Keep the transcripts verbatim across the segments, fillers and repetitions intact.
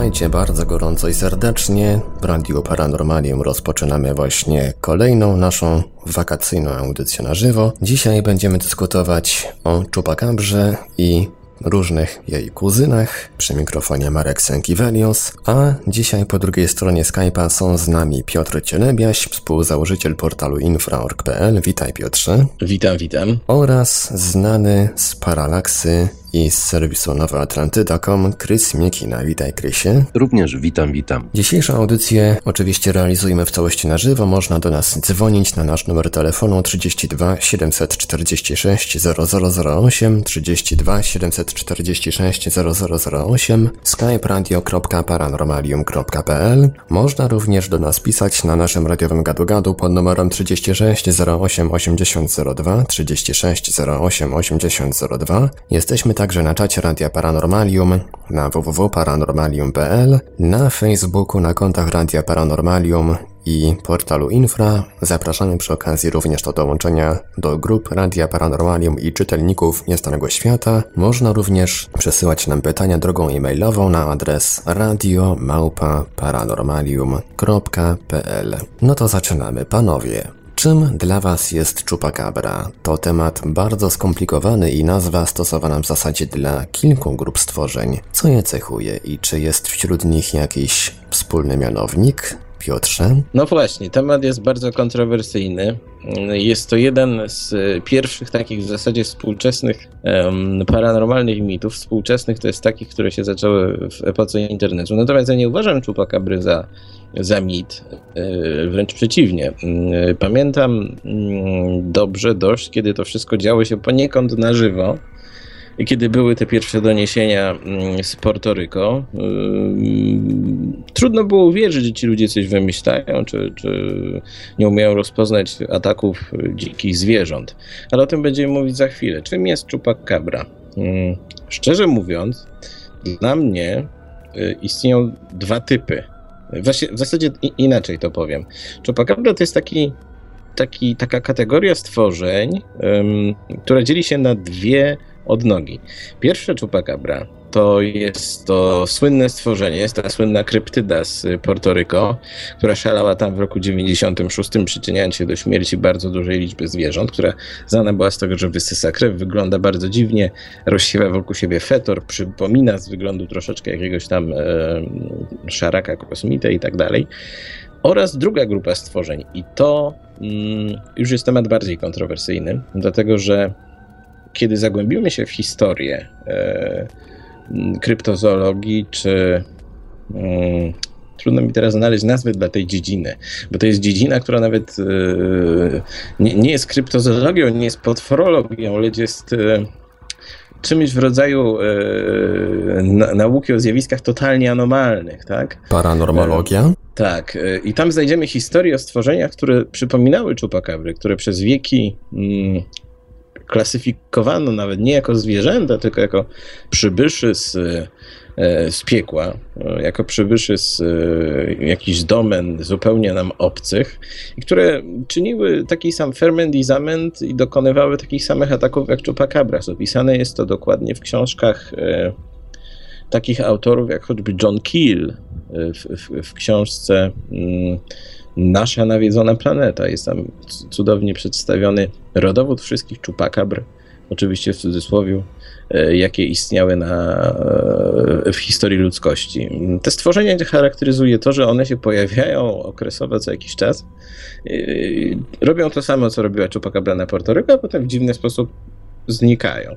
Witajcie bardzo gorąco i serdecznie. W Radiu Paranormalium rozpoczynamy właśnie kolejną naszą wakacyjną audycję na żywo. Dzisiaj będziemy dyskutować o Chupacabrie i różnych jej kuzynach. Przy mikrofonie Marek Sękiewelios, a dzisiaj po drugiej stronie Skype'a są z nami Piotr Cielebiaś, współzałożyciel portalu infra kropka org kropka pe el. Witaj, Piotrze. Witam, witam. Oraz znany z Paralaksy i z serwisu nowa atlantyda kropka com Krys Miekina. Witaj, Krysie. Również witam, witam. Dzisiejszą audycję oczywiście realizujemy w całości na żywo. Można do nas dzwonić na nasz numer telefonu trzydzieści dwa siedemset czterdzieści sześć zero zero zero osiem, trzydzieści dwa siedemset czterdzieści sześć zero zero zero osiem, skype radio kropka paranormalium kropka pe el. Można również do nas pisać na naszym radiowym gadu-gadu pod numerem trzydzieści sześć zero osiem osiemdziesiąt zero dwa, trzydzieści sześć zero osiem osiemdziesiąt zero dwa. Jesteśmy także na czacie Radia Paranormalium na w w w kropka paranormalium kropka pe el, na Facebooku, na kontach Radia Paranormalium i portalu Infra. Zapraszamy przy okazji również do dołączenia do grup Radia Paranormalium i czytelników Niestanego Świata. Można również przesyłać nam pytania drogą e-mailową na adres radio małpa paranormalium kropka pe el. No to zaczynamy, panowie. Czym dla was jest Chupacabra? To temat bardzo skomplikowany i nazwa stosowana w zasadzie dla kilku grup stworzeń. Co je cechuje i czy jest wśród nich jakiś wspólny mianownik? Piotrze? No właśnie, temat jest bardzo kontrowersyjny. Jest to jeden z pierwszych takich w zasadzie współczesnych um, paranormalnych mitów. Współczesnych to jest takich, które się zaczęły w epoce internetu. Natomiast ja nie uważam Chupacabry za, za mit, wręcz przeciwnie. Pamiętam dobrze dość, kiedy to wszystko działo się poniekąd na żywo. Kiedy były te pierwsze doniesienia z Porto-Rico, trudno było uwierzyć, że ci ludzie coś wymyślają, czy, czy nie umieją rozpoznać ataków dzikich zwierząt. Ale o tym będziemy mówić za chwilę. Czym jest Chupacabra? Szczerze mówiąc, dla mnie istnieją dwa typy. Właśnie, w zasadzie inaczej to powiem. Chupacabra to jest taki, taki, taka kategoria stworzeń, um, która dzieli się na dwie odnogi. Pierwsze Chupacabra to jest to słynne stworzenie, jest ta słynna kryptyda z Porto-Rico, która szalała tam w roku dziewięćdziesiątym szóstym, przyczyniając się do śmierci bardzo dużej liczby zwierząt, która znana była z tego, że wysysa krew, wygląda bardzo dziwnie, rozsiewa wokół siebie fetor, przypomina z wyglądu troszeczkę jakiegoś tam e, szaraka, kosmitę i tak dalej. Oraz druga grupa stworzeń i to mm, już jest temat bardziej kontrowersyjny, dlatego że kiedy zagłębimy się w historię e, kryptozoologii, czy mm, trudno mi teraz znaleźć nazwy dla tej dziedziny, bo to jest dziedzina, która nawet e, nie, nie jest kryptozoologią, nie jest potworologią, lecz jest e, czymś w rodzaju e, na, nauki o zjawiskach totalnie anomalnych, tak? Paranormalogia? E, tak. E, I tam znajdziemy historię o stworzeniach, które przypominały Chupacabry, które przez wieki mm, klasyfikowano nawet nie jako zwierzęta, tylko jako przybyszy z, z piekła, jako przybyszy z jakichś domen zupełnie nam obcych i które czyniły taki sam ferment i zamęt i dokonywały takich samych ataków jak Chupacabra. Opisane jest to dokładnie w książkach e, takich autorów jak choćby John Keel w, w, w książce mm, Nasza nawiedzona planeta. Jest tam cudownie przedstawiony rodowód wszystkich Chupacabr, oczywiście w cudzysłowie, jakie istniały na, w historii ludzkości. Te stworzenia charakteryzuje to, że one się pojawiają okresowo co jakiś czas. Robią to samo, co robiła Chupacabra na Porto-Rico, a potem w dziwny sposób znikają.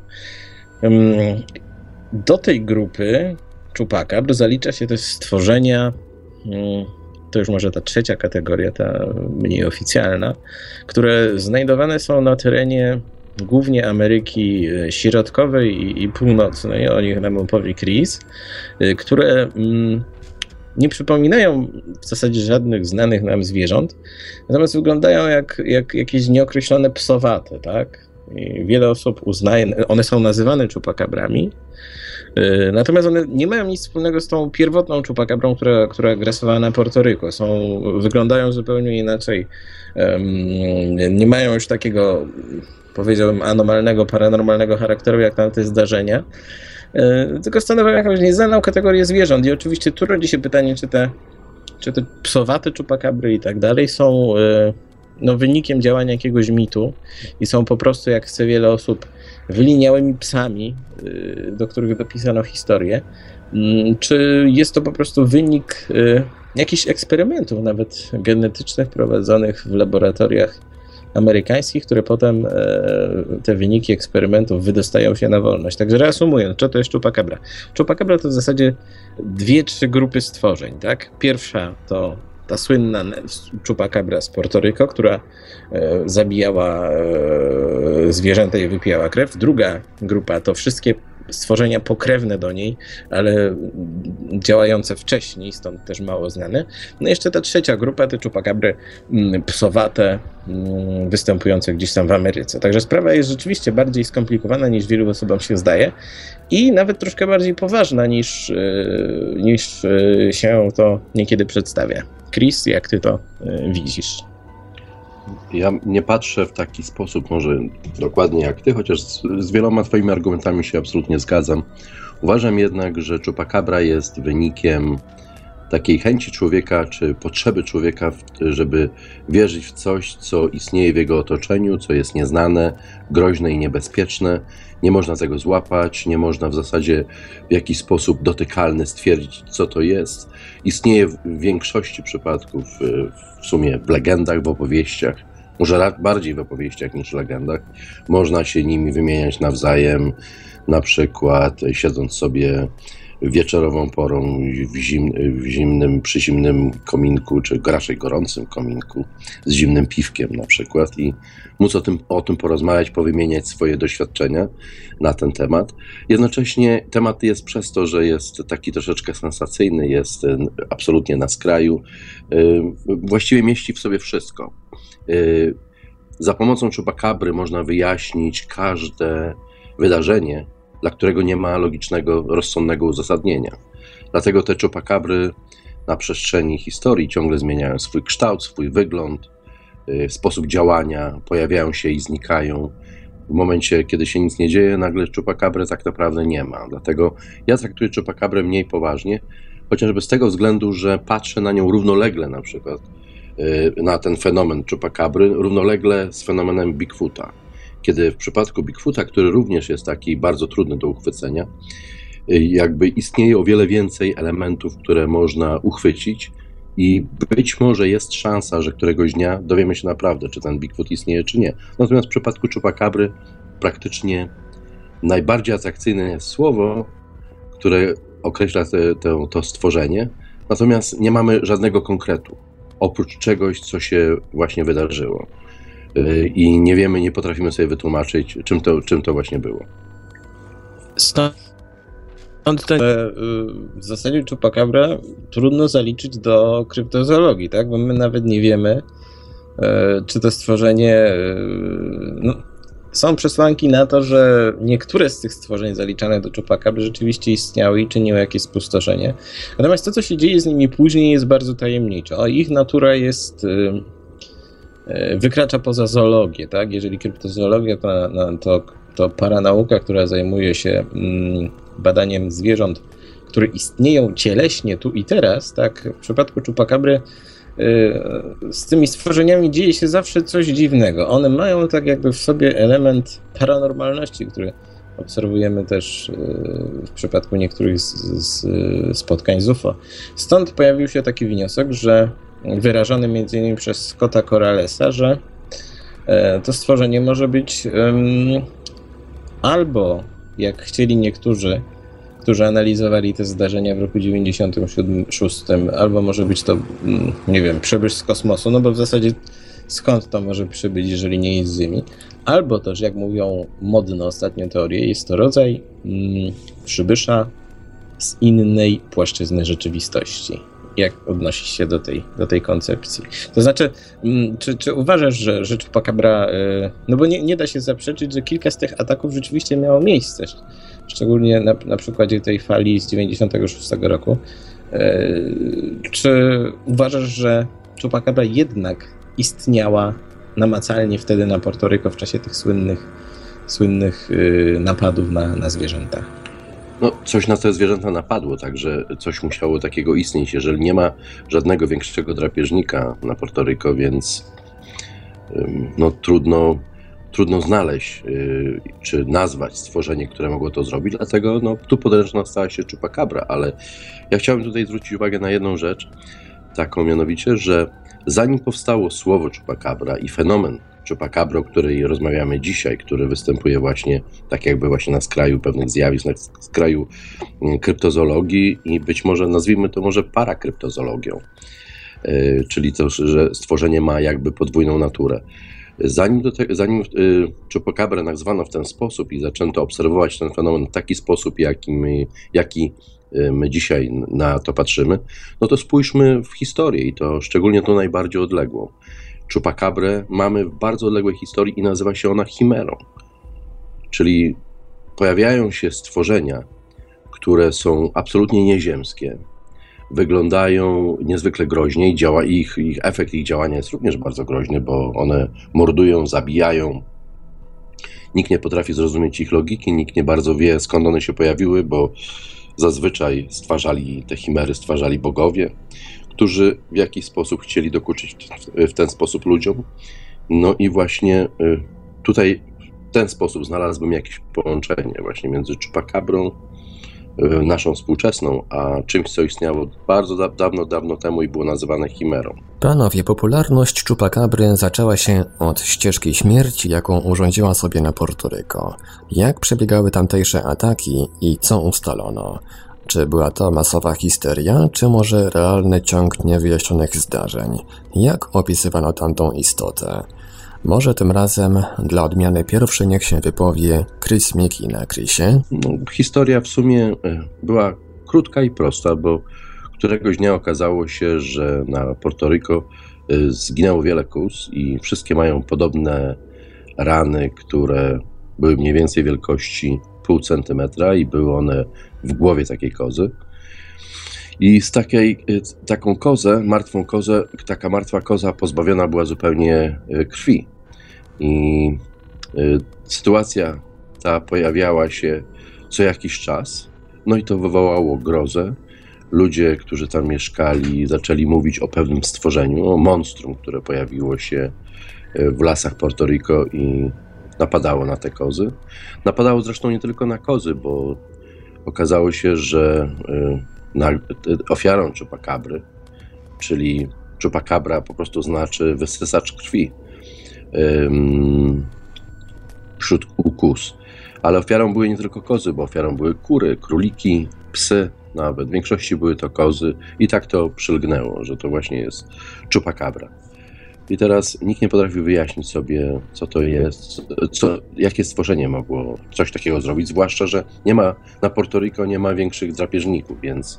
Do tej grupy Chupacabr zalicza się też stworzenia, to już może ta trzecia kategoria, ta mniej oficjalna, które znajdowane są na terenie głównie Ameryki Środkowej i, i Północnej, o nich nam opowie Chris, które mm, nie przypominają w zasadzie żadnych znanych nam zwierząt, natomiast wyglądają jak, jak jakieś nieokreślone psowate, tak? I wiele osób uznaje, one są nazywane Chupacabrami, natomiast one nie mają nic wspólnego z tą pierwotną Chupacabrą, która, która grasowała na Porto-Rico. Są, wyglądają zupełnie inaczej. Nie mają już takiego, powiedziałbym, anomalnego, paranormalnego charakteru jak tamte zdarzenia. tylko stanowią jakąś nieznaną kategorię zwierząt i oczywiście tu rodzi się pytanie, czy te, czy te psowate czupakabry i tak dalej są no, wynikiem działania jakiegoś mitu i są po prostu, jak chce wiele osób, wyliniałymi psami, do których dopisano historię, czy jest to po prostu wynik jakichś eksperymentów, nawet genetycznych, prowadzonych w laboratoriach amerykańskich, które potem te wyniki eksperymentów wydostają się na wolność. Także reasumując, co to jest czupakabra? Czupakabra to w zasadzie dwie, trzy grupy stworzeń. Tak? Pierwsza to ta słynna czupakabra z Porto Rico, która zabijała zwierzęta i wypijała krew. Druga grupa to wszystkie stworzenia pokrewne do niej, ale działające wcześniej, stąd też mało znane. No i jeszcze ta trzecia grupa, te czupakabry psowate, występujące gdzieś tam w Ameryce. Także sprawa jest rzeczywiście bardziej skomplikowana, niż wielu osobom się zdaje i nawet troszkę bardziej poważna, niż, niż się to niekiedy przedstawia. Chris, jak ty to widzisz? Ja nie patrzę w taki sposób, może dokładnie jak ty, chociaż z, z wieloma twoimi argumentami się absolutnie zgadzam. Uważam jednak, że czupakabra jest wynikiem takiej chęci człowieka, czy potrzeby człowieka, żeby wierzyć w coś, co istnieje w jego otoczeniu, co jest nieznane, groźne i niebezpieczne. Nie można tego złapać, nie można w zasadzie w jakiś sposób dotykalny stwierdzić, co to jest. Istnieje w większości przypadków, w sumie w legendach, w opowieściach, może bardziej w opowieściach niż w legendach. Można się nimi wymieniać nawzajem, na przykład siedząc sobie wieczorową porą w, zim, w zimnym, przy zimnym kominku, czy raczej gorącym kominku, z zimnym piwkiem na przykład i móc o tym, o tym porozmawiać, powymieniać swoje doświadczenia na ten temat. Jednocześnie temat jest przez to, że jest taki troszeczkę sensacyjny, jest absolutnie na skraju, właściwie mieści w sobie wszystko. Za pomocą czupakabry można wyjaśnić każde wydarzenie, dla którego nie ma logicznego, rozsądnego uzasadnienia. Dlatego te czupakabry na przestrzeni historii ciągle zmieniają swój kształt, swój wygląd, sposób działania, pojawiają się i znikają. W momencie, kiedy się nic nie dzieje, nagle czupakabry tak naprawdę nie ma. Dlatego ja traktuję czupakabrę mniej poważnie, chociażby z tego względu, że patrzę na nią równolegle na przykład, na ten fenomen czupakabry, równolegle z fenomenem Bigfoota. Kiedy w przypadku Bigfoota, który również jest taki bardzo trudny do uchwycenia, jakby istnieje o wiele więcej elementów, które można uchwycić i być może jest szansa, że któregoś dnia dowiemy się naprawdę, czy ten Bigfoot istnieje, czy nie. Natomiast w przypadku czupakabry praktycznie najbardziej atrakcyjne jest słowo, które określa te, te, to stworzenie, natomiast nie mamy żadnego konkretu, oprócz czegoś, co się właśnie wydarzyło. I nie wiemy, nie potrafimy sobie wytłumaczyć, czym to, czym to właśnie było. Stąd ten, w zasadzie czupakabra trudno zaliczyć do kryptozoologii, tak? Bo my nawet nie wiemy, czy to stworzenie... No, są przesłanki na to, że niektóre z tych stworzeń zaliczanych do czupakabry rzeczywiście istniały i czyniły jakieś spustoszenie. Natomiast to, co się dzieje z nimi później, jest bardzo tajemnicze. O, ich natura jest... wykracza poza zoologię, tak? Jeżeli kryptozoologia to, to, to paranauka, która zajmuje się badaniem zwierząt, które istnieją cieleśnie tu i teraz, tak? W przypadku czupakabry z tymi stworzeniami dzieje się zawsze coś dziwnego. One mają tak jakby w sobie element paranormalności, który obserwujemy też w przypadku niektórych z, z spotkań z U F O. Stąd pojawił się taki wniosek, że wyrażony między innymi przez Scotta Corralesa, że to stworzenie może być um, albo, jak chcieli niektórzy, którzy analizowali te zdarzenia w roku dziewięćdziesiątym szóstym, albo może być to, nie wiem, przybysz z kosmosu, no bo w zasadzie skąd to może przybyć, jeżeli nie jest z Ziemi, albo też, jak mówią modne ostatnio teorie, jest to rodzaj mm, przybysza z innej płaszczyzny rzeczywistości. Jak odnosisz się do tej, do tej koncepcji? To znaczy, czy, czy uważasz, że, że czupakabra, no bo nie, nie da się zaprzeczyć, że kilka z tych ataków rzeczywiście miało miejsce, szczególnie na, na przykładzie tej fali z dziewięćdziesiątego szóstego roku. Czy uważasz, że czupakabra jednak istniała namacalnie wtedy na Porto Rico w czasie tych słynnych, słynnych napadów na, na zwierzęta? No, coś na te zwierzęta napadło, także coś musiało takiego istnieć. Jeżeli nie ma żadnego większego drapieżnika na Porto-Rico, więc no, trudno, trudno znaleźć yy, czy nazwać stworzenie, które mogło to zrobić, dlatego no, tu podręczna stała się chupacabra, ale ja chciałbym tutaj zwrócić uwagę na jedną rzecz, taką mianowicie, że zanim powstało słowo chupacabra i fenomen chupacabra, o której rozmawiamy dzisiaj, który występuje właśnie tak jakby właśnie na skraju pewnych zjawisk, na skraju kryptozoologii i być może nazwijmy to może parakryptozoologią, yy, czyli to, że stworzenie ma jakby podwójną naturę. Zanim, do te, zanim yy, chupacabrę nazwano w ten sposób i zaczęto obserwować ten fenomen w taki sposób, jaki my, jaki my dzisiaj na to patrzymy, no to spójrzmy w historię i to szczególnie tą najbardziej odległą. Chupacabrę mamy w bardzo odległej historii i nazywa się ona chimerą. Czyli pojawiają się stworzenia, które są absolutnie nieziemskie, wyglądają niezwykle groźnie i działa, ich, ich efekt ich działania jest również bardzo groźny, bo one mordują, zabijają. Nikt nie potrafi zrozumieć ich logiki, nikt nie bardzo wie, skąd one się pojawiły, bo zazwyczaj stwarzali te chimery, stwarzali bogowie, którzy w jakiś sposób chcieli dokuczyć w ten sposób ludziom. No i właśnie tutaj w ten sposób znalazłbym jakieś połączenie właśnie między chupacabrą, naszą współczesną, a czymś, co istniało bardzo da- dawno, dawno temu i było nazywane chimerą. Panowie, popularność chupacabry zaczęła się od ścieżki śmierci, jaką urządziła sobie na Porto-Rico. Jak przebiegały tamtejsze ataki i co ustalono? Czy była to masowa histeria, czy może realny ciąg niewyjaśnionych zdarzeń? Jak opisywano tamtą istotę? Może tym razem dla odmiany pierwszy niech się wypowie Chris Miki na Chrisie? No, historia w sumie była krótka i prosta, bo któregoś dnia okazało się, że na Porto-Rico zginęło wiele kóz i wszystkie mają podobne rany, które były mniej więcej wielkości pół centymetra i były one w głowie takiej kozy. I z takiej, taką kozę, martwą kozę, taka martwa koza pozbawiona była zupełnie krwi. I y, sytuacja ta pojawiała się co jakiś czas, no i to wywołało grozę. Ludzie, którzy tam mieszkali, zaczęli mówić o pewnym stworzeniu, o monstrum, które pojawiło się w lasach Porto-Rico i napadało na te kozy. Napadało zresztą nie tylko na kozy, bo okazało się, że y, na, y, ofiarą chupacabry, czyli chupacabra po prostu znaczy wysysacz krwi ym, wśród kóz. Ale ofiarą były nie tylko kozy, bo ofiarą były kury, króliki, psy nawet. W większości były to kozy i tak to przylgnęło, że to właśnie jest chupacabra. I teraz nikt nie potrafił wyjaśnić sobie, co to jest, co, jakie stworzenie mogło coś takiego zrobić, zwłaszcza, że nie ma, na Porto-Rico nie ma większych drapieżników, więc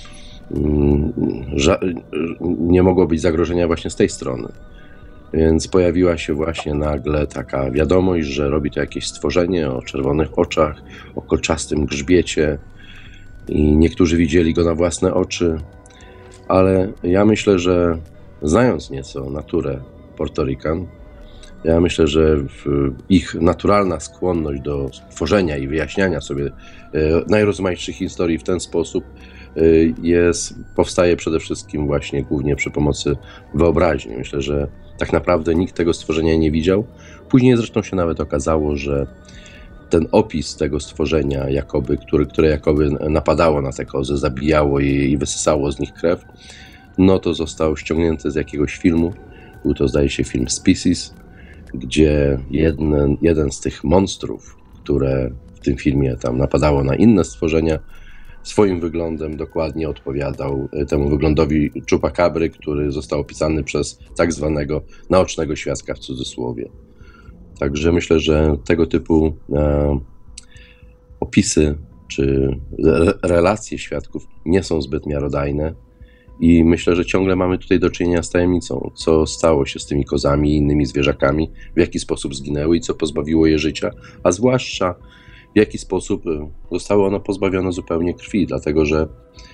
mm, ża- nie mogło być zagrożenia właśnie z tej strony. Więc pojawiła się właśnie nagle taka wiadomość, że robi to jakieś stworzenie o czerwonych oczach, o kolczastym grzbiecie i niektórzy widzieli go na własne oczy, ale ja myślę, że znając nieco naturę Portorican, ja myślę, że ich naturalna skłonność do tworzenia i wyjaśniania sobie najrozmaitszych historii w ten sposób jest, powstaje przede wszystkim właśnie głównie przy pomocy wyobraźni. Myślę, że tak naprawdę nikt tego stworzenia nie widział. Później zresztą się nawet okazało, że ten opis tego stworzenia, jakoby, który, które jakoby napadało na te kozy, zabijało je i wysysało z nich krew, no to został ściągnięty z jakiegoś filmu. Był to, zdaje się, film Species, gdzie jeden, jeden z tych monstrów, które w tym filmie tam napadało na inne stworzenia, swoim wyglądem dokładnie odpowiadał temu wyglądowi chupacabry, który został opisany przez tak zwanego naocznego świadka w cudzysłowie. Także myślę, że tego typu e, opisy czy re, relacje świadków nie są zbyt miarodajne i myślę, że ciągle mamy tutaj do czynienia z tajemnicą, co stało się z tymi kozami i innymi zwierzakami, w jaki sposób zginęły i co pozbawiło je życia, a zwłaszcza w jaki sposób zostały one pozbawione zupełnie krwi, dlatego że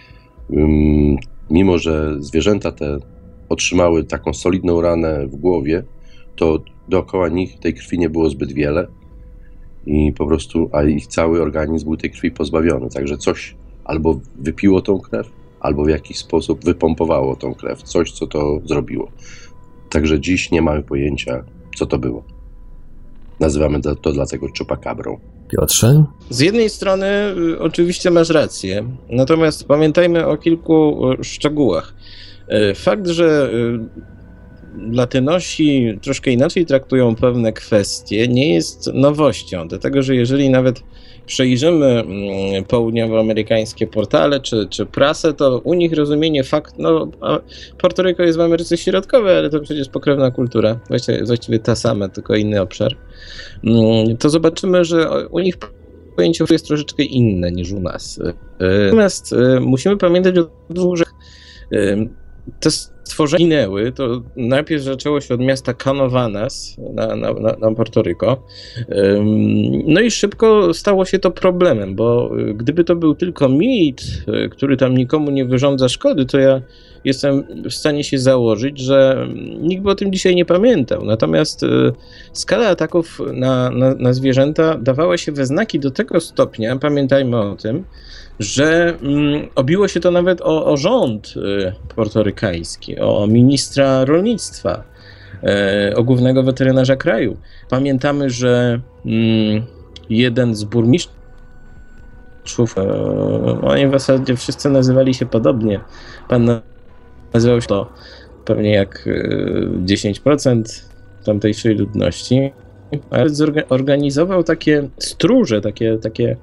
um, mimo, że zwierzęta te otrzymały taką solidną ranę w głowie, to dookoła nich tej krwi nie było zbyt wiele i po prostu, a ich cały organizm był tej krwi pozbawiony, także coś albo wypiło tą krew, albo w jakiś sposób wypompowało tą krew, coś, co to zrobiło. Także dziś nie mamy pojęcia, co to było. Nazywamy to dlatego chupakabrą. Piotrze? Z jednej strony y, oczywiście masz rację, natomiast pamiętajmy o kilku y, szczegółach. Y, fakt, że y, Latynosi troszkę inaczej traktują pewne kwestie, nie jest nowością, dlatego że jeżeli nawet przejrzymy y, południowoamerykańskie portale czy, czy prasę, to u nich rozumienie fakt, no Portoryko jest w Ameryce Środkowej, ale to przecież pokrewna kultura, właściwie, właściwie ta sama, tylko inny obszar. To zobaczymy, że u nich pojęcie jest troszeczkę inne niż u nas. Natomiast musimy pamiętać o dwóch rzeczach. Te stworzenia ginęły, to najpierw zaczęło się od miasta Canovanas na, na, na Portoryko. No i szybko stało się to problemem, bo gdyby to był tylko mit, który tam nikomu nie wyrządza szkody, to ja jestem w stanie się założyć, że nikt by o tym dzisiaj nie pamiętał. Natomiast skala ataków na, na, na zwierzęta dawała się we znaki do tego stopnia, pamiętajmy o tym, że mm, obiło się to nawet o, o rząd y, portorykański, o ministra rolnictwa, y, o głównego weterynarza kraju. Pamiętamy, że mm, jeden z burmistrzów, y, oni w zasadzie wszyscy nazywali się podobnie, pan nazywał się to pewnie jak y, dziesięć procent tamtejszej ludności, ale zorganizował takie stróże, takie, takie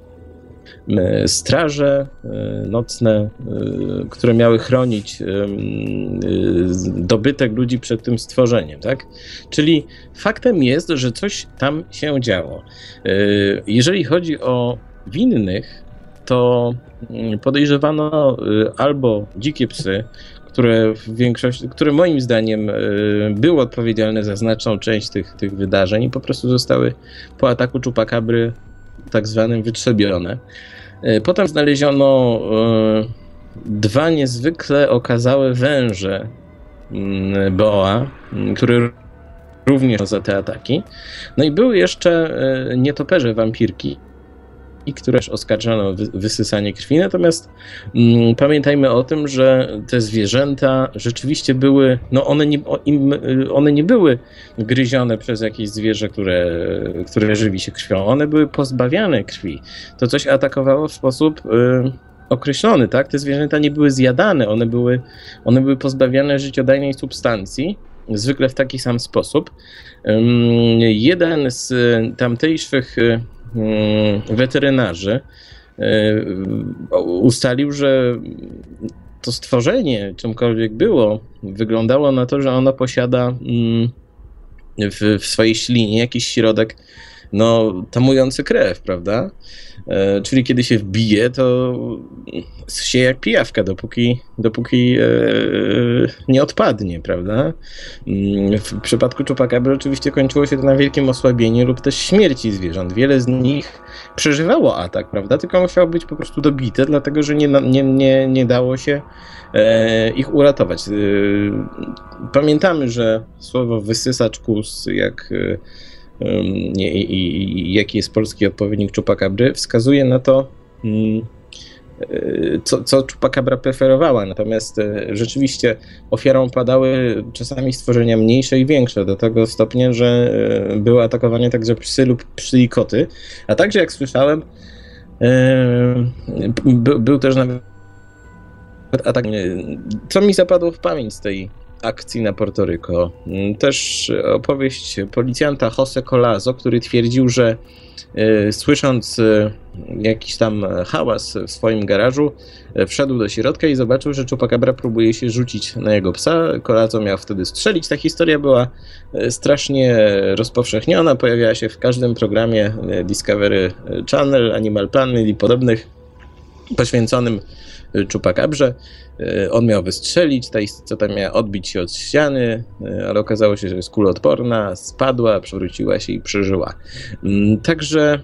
straże nocne, które miały chronić dobytek ludzi przed tym stworzeniem, tak? Czyli faktem jest, że coś tam się działo. Jeżeli chodzi o winnych, to podejrzewano albo dzikie psy, które w większości, które moim zdaniem były odpowiedzialne za znaczną część tych, tych wydarzeń i po prostu zostały po ataku chupakabry tak zwanym wytrzebione. Potem znaleziono dwa niezwykle okazałe węże boa, które również za te ataki. No i były jeszcze nietoperze wampirki, i które też oskarżano o wysysanie krwi. Natomiast mm, pamiętajmy o tym, że te zwierzęta rzeczywiście były, no one nie, im, one nie były gryzione przez jakieś zwierzę, które, które żywi się krwią. One były pozbawiane krwi. To coś atakowało w sposób y, określony, tak? Te zwierzęta nie były zjadane, one były, one były pozbawiane życiodajnej substancji, zwykle w taki sam sposób. Ym, jeden z tamtejszych weterynarzy ustalił, że to stworzenie, czymkolwiek było, wyglądało na to, że ono posiada w, w swojej ślinie jakiś środek, no, tamujący krew, prawda? E, czyli kiedy się wbije, to się jak pijawka, dopóki, dopóki e, nie odpadnie, prawda? W przypadku chupakabry oczywiście kończyło się to na wielkim osłabieniu lub też śmierci zwierząt. Wiele z nich przeżywało atak, prawda? Tylko musiało być po prostu dobite, dlatego że nie, nie, nie, nie dało się e, ich uratować. E, pamiętamy, że słowo wysysacz kóz, jak e, I, i, i jaki jest polski odpowiednik chupakabry, wskazuje na to, co, co chupakabra preferowała. Natomiast rzeczywiście ofiarą padały czasami stworzenia mniejsze i większe, do tego stopnia, że były atakowane także psy lub psy i koty. A także, jak słyszałem, by, był też nawet atak. Co mi zapadło w pamięć z tej akcji na Portoryko. Też opowieść policjanta Jose Colazo, który twierdził, że y, słysząc y, jakiś tam hałas w swoim garażu, y, wszedł do środka i zobaczył, że chupakabra próbuje się rzucić na jego psa. Colazo miał wtedy strzelić. Ta historia była y, strasznie rozpowszechniona, pojawiała się w każdym programie y, Discovery Channel, Animal Planet i podobnych, poświęconym chupakabrze. On miał wystrzelić, ta istota miała odbić się od ściany, ale okazało się, że jest kuloodporna, spadła, przewróciła się i przeżyła. Także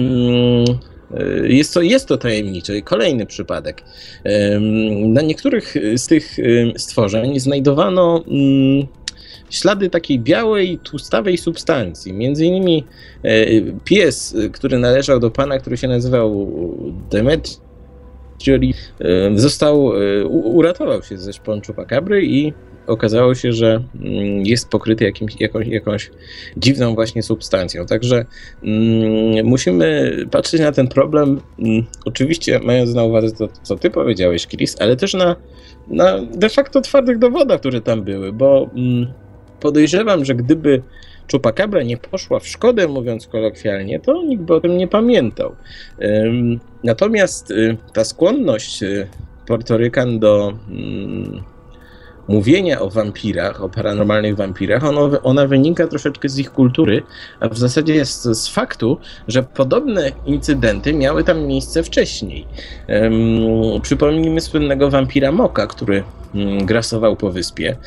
jest to, jest to tajemnicze. Kolejny przypadek. Na niektórych z tych stworzeń znajdowano ślady takiej białej, tłustawej substancji. Między innymi pies, który należał do pana, który się nazywał Demetrius, został, uratował się ze szpon chupacabry i okazało się, że jest pokryty jakimś, jakąś, jakąś dziwną właśnie substancją. Także mm, musimy patrzeć na ten problem, mm, oczywiście mając na uwadze to, co ty powiedziałeś, Chris, ale też na, na de facto twardych dowodach, które tam były, bo mm, podejrzewam, że gdyby chupacabra nie poszła w szkodę, mówiąc kolokwialnie, to nikt by o tym nie pamiętał. Ym, natomiast y, ta skłonność y, Portorykan do y, mówienia o wampirach, o paranormalnych wampirach, ono, ona wynika troszeczkę z ich kultury, a w zasadzie jest z faktu, że podobne incydenty miały tam miejsce wcześniej. Um, przypomnijmy słynnego wampira Moka, który um, grasował po wyspie.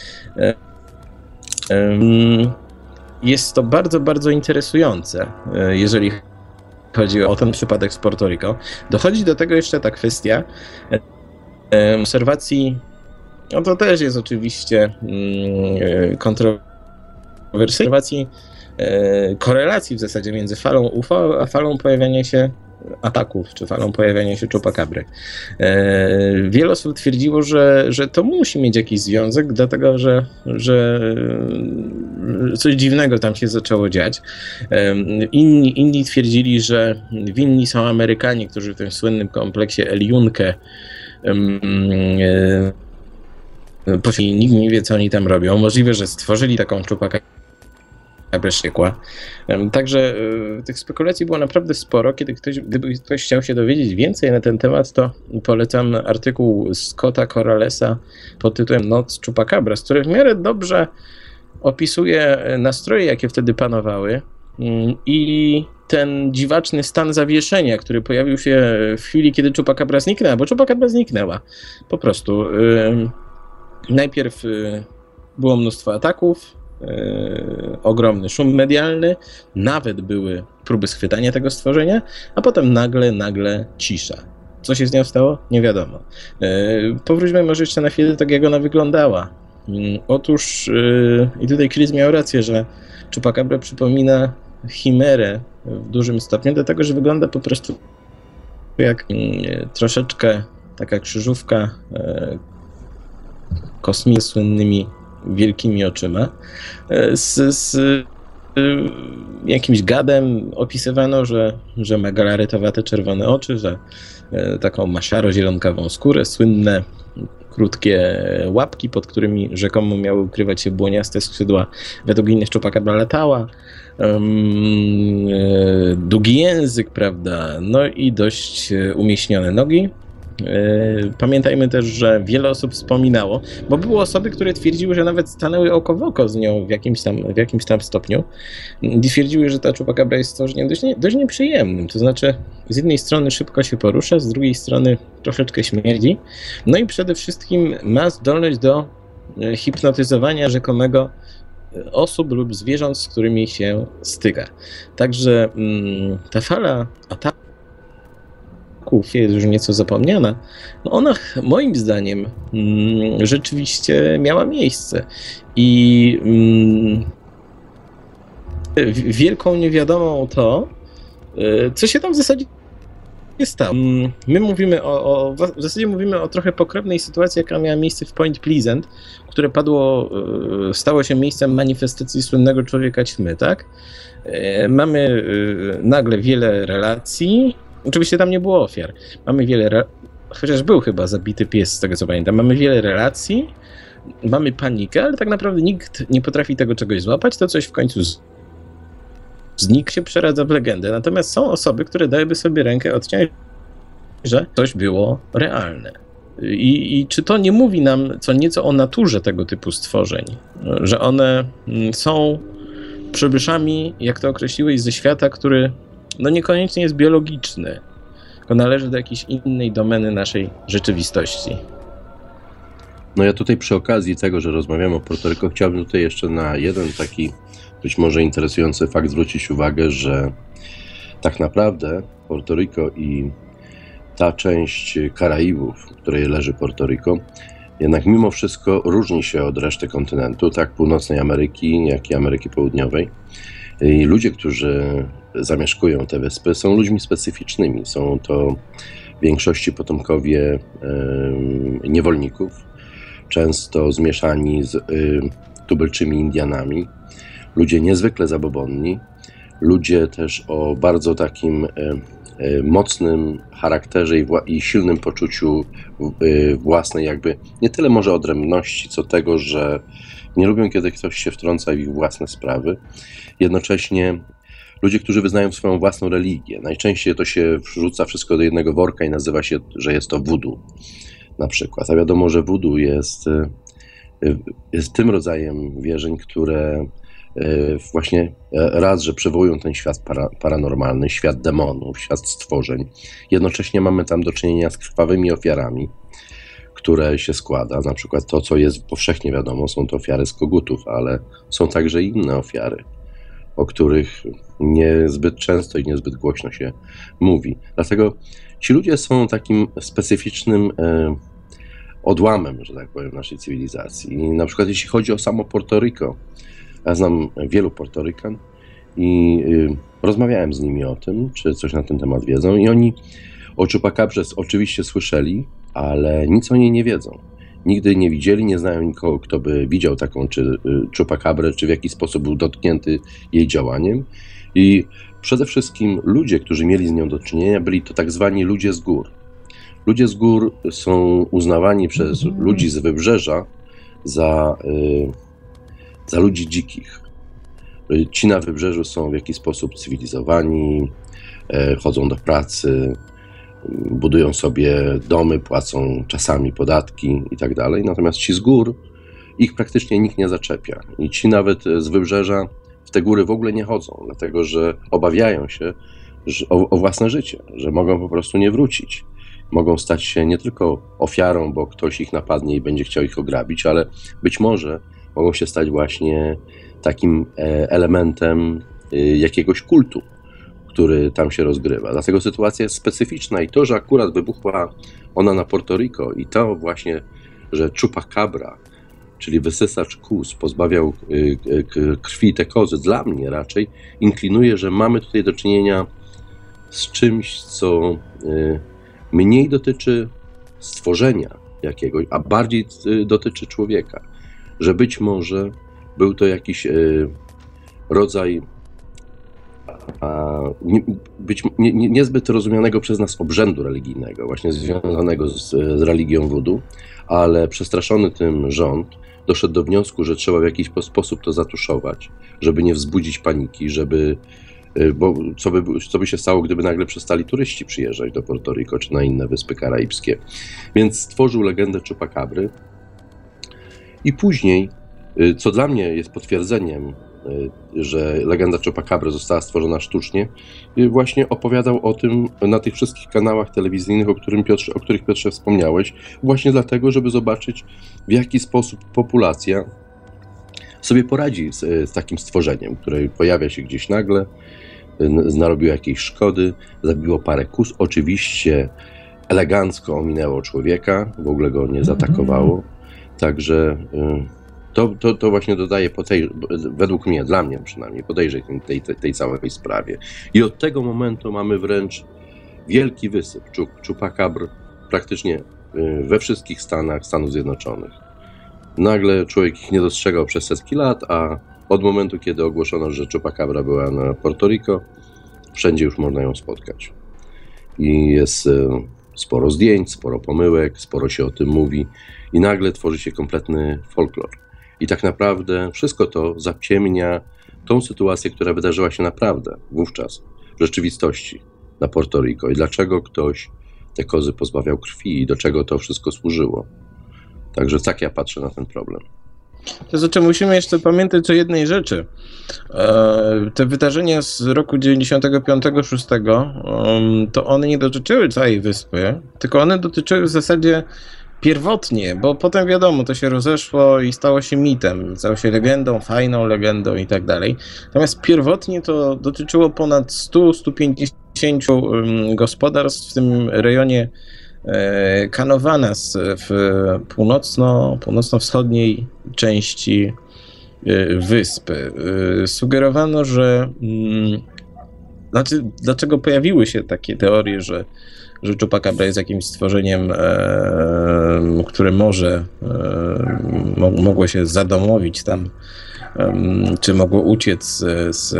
Um, jest to bardzo, bardzo interesujące, jeżeli chodzi o ten przypadek z Porto Rico. Dochodzi do tego jeszcze ta kwestia um, obserwacji. No to też jest oczywiście mm, kontrowersyjna e, korelacji w zasadzie między falą U F O a falą pojawiania się ataków, czy falą pojawiania się chupacabry. E, wiele osób twierdziło, że, że to musi mieć jakiś związek, dlatego że, że coś dziwnego tam się zaczęło dziać. E, inni, inni twierdzili, że winni są Amerykanie, którzy w tym słynnym kompleksie El Yunque e, Pośli, nikt nie wie, co oni tam robią. Możliwe, że stworzyli taką chupacabra wściekła. Także tych spekulacji było naprawdę sporo. Kiedy ktoś, gdyby ktoś chciał się dowiedzieć więcej na ten temat, to polecam artykuł Scotta Corralesa pod tytułem Noc Chupacabras, który w miarę dobrze opisuje nastroje, jakie wtedy panowały i ten dziwaczny stan zawieszenia, który pojawił się w chwili, kiedy chupacabra zniknęła, bo chupacabra zniknęła. Po prostu. Najpierw było mnóstwo ataków, yy, ogromny szum medialny, nawet były próby schwytania tego stworzenia, a potem nagle, nagle cisza. Co się z nią stało? Nie wiadomo. Yy, powróćmy może jeszcze na chwilę, tak jak ona wyglądała. Yy, otóż, yy, i tutaj Chris miał rację, że chupacabra przypomina chimerę w dużym stopniu, dlatego że wygląda po prostu jak yy, troszeczkę taka krzyżówka yy, kosmicznymi, słynnymi wielkimi oczyma. Z, z y, jakimś gadem opisywano, że, że ma galaretowate czerwone oczy, że y, taką ma szaro-zielonkawą skórę, słynne krótkie łapki, pod którymi rzekomo miały ukrywać się błoniaste skrzydła. Według innych chupacabra latała. Um, y, długi język, prawda? No i dość umieśnione nogi. Pamiętajmy też, że wiele osób wspominało, bo były osoby, które twierdziły, że nawet stanęły oko w oko z nią w jakimś tam, w jakimś tam stopniu i twierdziły, że ta chupacabra jest stworzeniem dość, nie, dość nieprzyjemnym, to znaczy z jednej strony szybko się porusza, z drugiej strony troszeczkę śmierdzi, no i przede wszystkim ma zdolność do hipnotyzowania rzekomego osób lub zwierząt, z którymi się styka. Także mm, ta fala ataku jest już nieco zapomniana, no ona moim zdaniem mm, rzeczywiście miała miejsce i mm, wielką niewiadomą to, y, co się tam w zasadzie stało. Mm, my mówimy o, o, w zasadzie mówimy o trochę pokrewnej sytuacji, jaka miała miejsce w Point Pleasant, które padło, y, stało się miejscem manifestacji słynnego człowieka ćmy, tak? Y, mamy y, nagle wiele relacji. Oczywiście tam nie było ofiar. Mamy wiele, re... chociaż był chyba zabity pies, z tego co pamiętam. Mamy wiele relacji, mamy panikę, ale tak naprawdę nikt nie potrafi tego czegoś złapać, to coś w końcu z... znik się przeradza w legendę. Natomiast są osoby, które dałyby sobie rękę odciąć, że coś było realne. I, I czy to nie mówi nam co nieco o naturze tego typu stworzeń? Że one są przybyszami, jak to określiłeś, ze świata, który no niekoniecznie jest biologiczny, tylko należy do jakiejś innej domeny naszej rzeczywistości. No ja tutaj przy okazji tego, że rozmawiamy o Porto Rico, chciałbym tutaj jeszcze na jeden taki być może interesujący fakt zwrócić uwagę, że tak naprawdę Porto Rico i ta część Karaibów, w której leży Porto Rico, jednak mimo wszystko różni się od reszty kontynentu, tak północnej Ameryki, jak i Ameryki Południowej. I ludzie, którzy zamieszkują te wyspy, są ludźmi specyficznymi. Są to w większości potomkowie y, niewolników, często zmieszani z y, tubylczymi Indianami, ludzie niezwykle zabobonni, ludzie też o bardzo takim y, y, mocnym charakterze i, wła- i silnym poczuciu y, własnej jakby, nie tyle może odrębności, co tego, że nie lubią, kiedy ktoś się wtrąca w ich własne sprawy. Jednocześnie ludzie, którzy wyznają swoją własną religię. Najczęściej to się wrzuca wszystko do jednego worka i nazywa się, że jest to voodoo na przykład. A wiadomo, że voodoo jest, jest tym rodzajem wierzeń, które właśnie raz, że przywołują ten świat para, paranormalny, świat demonów, świat stworzeń. Jednocześnie mamy tam do czynienia z krwawymi ofiarami, które się składa. Na przykład to, co jest powszechnie wiadomo, są to ofiary z kogutów, ale są także inne ofiary, o których niezbyt często i niezbyt głośno się mówi. Dlatego ci ludzie są takim specyficznym e, odłamem, że tak powiem, naszej cywilizacji. I na przykład jeśli chodzi o samo Porto Rico, ja znam wielu Portorykan i y, rozmawiałem z nimi o tym, czy coś na ten temat wiedzą, i oni o Chupacabrze oczywiście słyszeli, ale nic o niej nie wiedzą. Nigdy nie widzieli, nie znają nikogo, kto by widział taką czy y, Chupacabrę, czy w jakiś sposób był dotknięty jej działaniem. I przede wszystkim ludzie, którzy mieli z nią do czynienia, byli to tak zwani ludzie z gór. Ludzie z gór są uznawani przez ludzi z wybrzeża za, y, za ludzi dzikich. Ci na wybrzeżu są w jakiś sposób cywilizowani, y, chodzą do pracy, budują sobie domy, płacą czasami podatki i tak dalej. Natomiast ci z gór, ich praktycznie nikt nie zaczepia. I ci nawet z wybrzeża w te góry w ogóle nie chodzą, dlatego że obawiają się że, o, o własne życie, że mogą po prostu nie wrócić. Mogą stać się nie tylko ofiarą, bo ktoś ich napadnie i będzie chciał ich ograbić, ale być może mogą się stać właśnie takim elementem jakiegoś kultu, który tam się rozgrywa. Dlatego sytuacja jest specyficzna i to, że akurat wybuchła ona na Porto Rico i to właśnie, że Chupacabra, czyli wysysacz kóz, pozbawiał krwi te kozy, dla mnie raczej inklinuje, że mamy tutaj do czynienia z czymś, co mniej dotyczy stworzenia jakiegoś, a bardziej dotyczy człowieka. Że być może był to jakiś rodzaj a nie, być nie, nie, niezbyt rozumianego przez nas obrzędu religijnego, właśnie związanego z, z religią voodoo, ale przestraszony tym rząd doszedł do wniosku, że trzeba w jakiś sposób to zatuszować, żeby nie wzbudzić paniki, żeby, bo co by, co by się stało, gdyby nagle przestali turyści przyjeżdżać do Porto Rico czy na inne wyspy karaibskie. Więc stworzył legendę Chupacabry i później, co dla mnie jest potwierdzeniem, że legenda Chupacabry została stworzona sztucznie, właśnie opowiadał o tym na tych wszystkich kanałach telewizyjnych, o, którym Piotrze, o których Piotrze wspomniałeś, właśnie dlatego, żeby zobaczyć, w jaki sposób populacja sobie poradzi z, z takim stworzeniem, które pojawia się gdzieś nagle, narobiło jakiejś szkody, zabiło parę kóz, oczywiście elegancko ominęło człowieka, w ogóle go nie zaatakowało, także To, to, to właśnie dodaje, podej- według mnie, dla mnie przynajmniej, podejrzeń tej, tej, tej całej sprawie. I od tego momentu mamy wręcz wielki wysyp Chupacabr praktycznie we wszystkich stanach Stanów Zjednoczonych. Nagle człowiek ich nie dostrzegał przez setki lat, a od momentu, kiedy ogłoszono, że Chupacabra była na Porto Rico, wszędzie już można ją spotkać. I jest sporo zdjęć, sporo pomyłek, sporo się o tym mówi i nagle tworzy się kompletny folklor. I tak naprawdę wszystko to zaciemnia tą sytuację, która wydarzyła się naprawdę wówczas, w rzeczywistości na Porto Rico. I dlaczego ktoś te kozy pozbawiał krwi i do czego to wszystko służyło. Także tak ja patrzę na ten problem. To znaczy musimy jeszcze pamiętać o jednej rzeczy. Te wydarzenia z roku dziewięćdziesiątego piątego szóstego to one nie dotyczyły całej wyspy, tylko one dotyczyły w zasadzie pierwotnie, bo potem wiadomo, to się rozeszło i stało się mitem, stało się legendą, fajną legendą i tak dalej. Natomiast pierwotnie to dotyczyło ponad stu do stu pięćdziesięciu gospodarstw w tym rejonie Kanowanas w północno, północno-wschodniej części wyspy. Sugerowano, że znaczy, dlaczego pojawiły się takie teorie, że, że Chupacabra jest jakimś stworzeniem, e, które może e, mogło się zadomowić tam, e, czy mogło uciec z, z,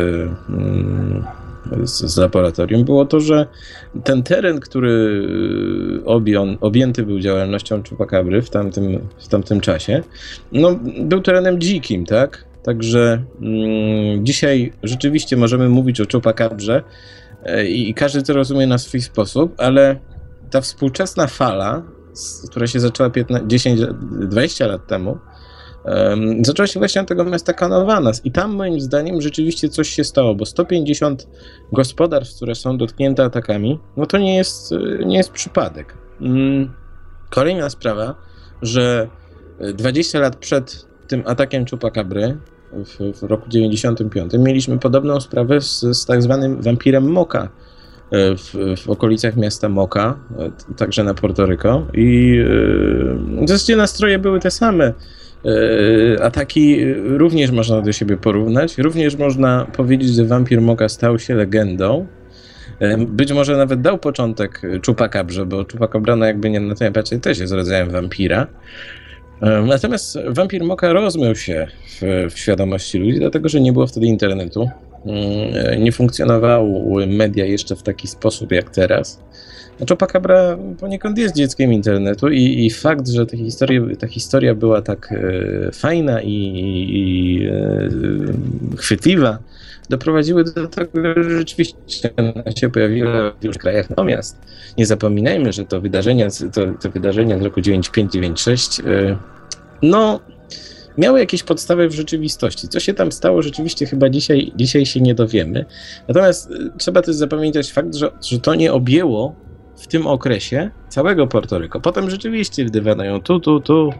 z, z laboratorium, było to, że ten teren, który obią, objęty był działalnością Chupacabry w tamtym, w tamtym czasie, no, był terenem dzikim, tak? Także mm, dzisiaj rzeczywiście możemy mówić o Chupacabrze e, i każdy to rozumie na swój sposób, ale ta współczesna fala, z, która się zaczęła piętnaście, dziesięć, dwadzieścia lat temu, e, zaczęła się właśnie od tego miasta Kanowanas i tam moim zdaniem rzeczywiście coś się stało, bo sto pięćdziesiąt gospodarstw, które są dotknięte atakami, no to nie jest, nie jest przypadek. Mm, kolejna sprawa, że dwadzieścia lat przed tym atakiem Chupacabry w, w roku dziewięćdziesiątym piątym mieliśmy podobną sprawę z, z tak zwanym wampirem Moka w, w okolicach miasta Moka, także na Porto-Rico i w zasadzie nastroje były te same. Ataki również można do siebie porównać, również można powiedzieć, że wampir Moka stał się legendą. Być może nawet dał początek Chupacabrze, bo Chupacabra, no jakby nie na to nie patrzeć, też jest rodzajem wampira. Natomiast wampir Moka rozmył się w, w świadomości ludzi, dlatego że nie było wtedy internetu. Nie funkcjonowały media jeszcze w taki sposób jak teraz. Chupacabra poniekąd jest dzieckiem internetu i, i fakt, że ta historia, ta historia była tak e, fajna i, i e, chwytliwa, doprowadziły do tego, że rzeczywiście ona się pojawiła w wielu krajach. Natomiast nie zapominajmy, że to wydarzenia, to, to wydarzenia z roku dziewięćdziesiąt pięć dziewięćdziesiąt sześć e, no miały jakieś podstawy w rzeczywistości. Co się tam stało, rzeczywiście chyba dzisiaj, dzisiaj się nie dowiemy. Natomiast trzeba też zapamiętać fakt, że, że to nie objęło w tym okresie całego Porto-Rico. Potem rzeczywiście wydawano ją tu, tu, tu.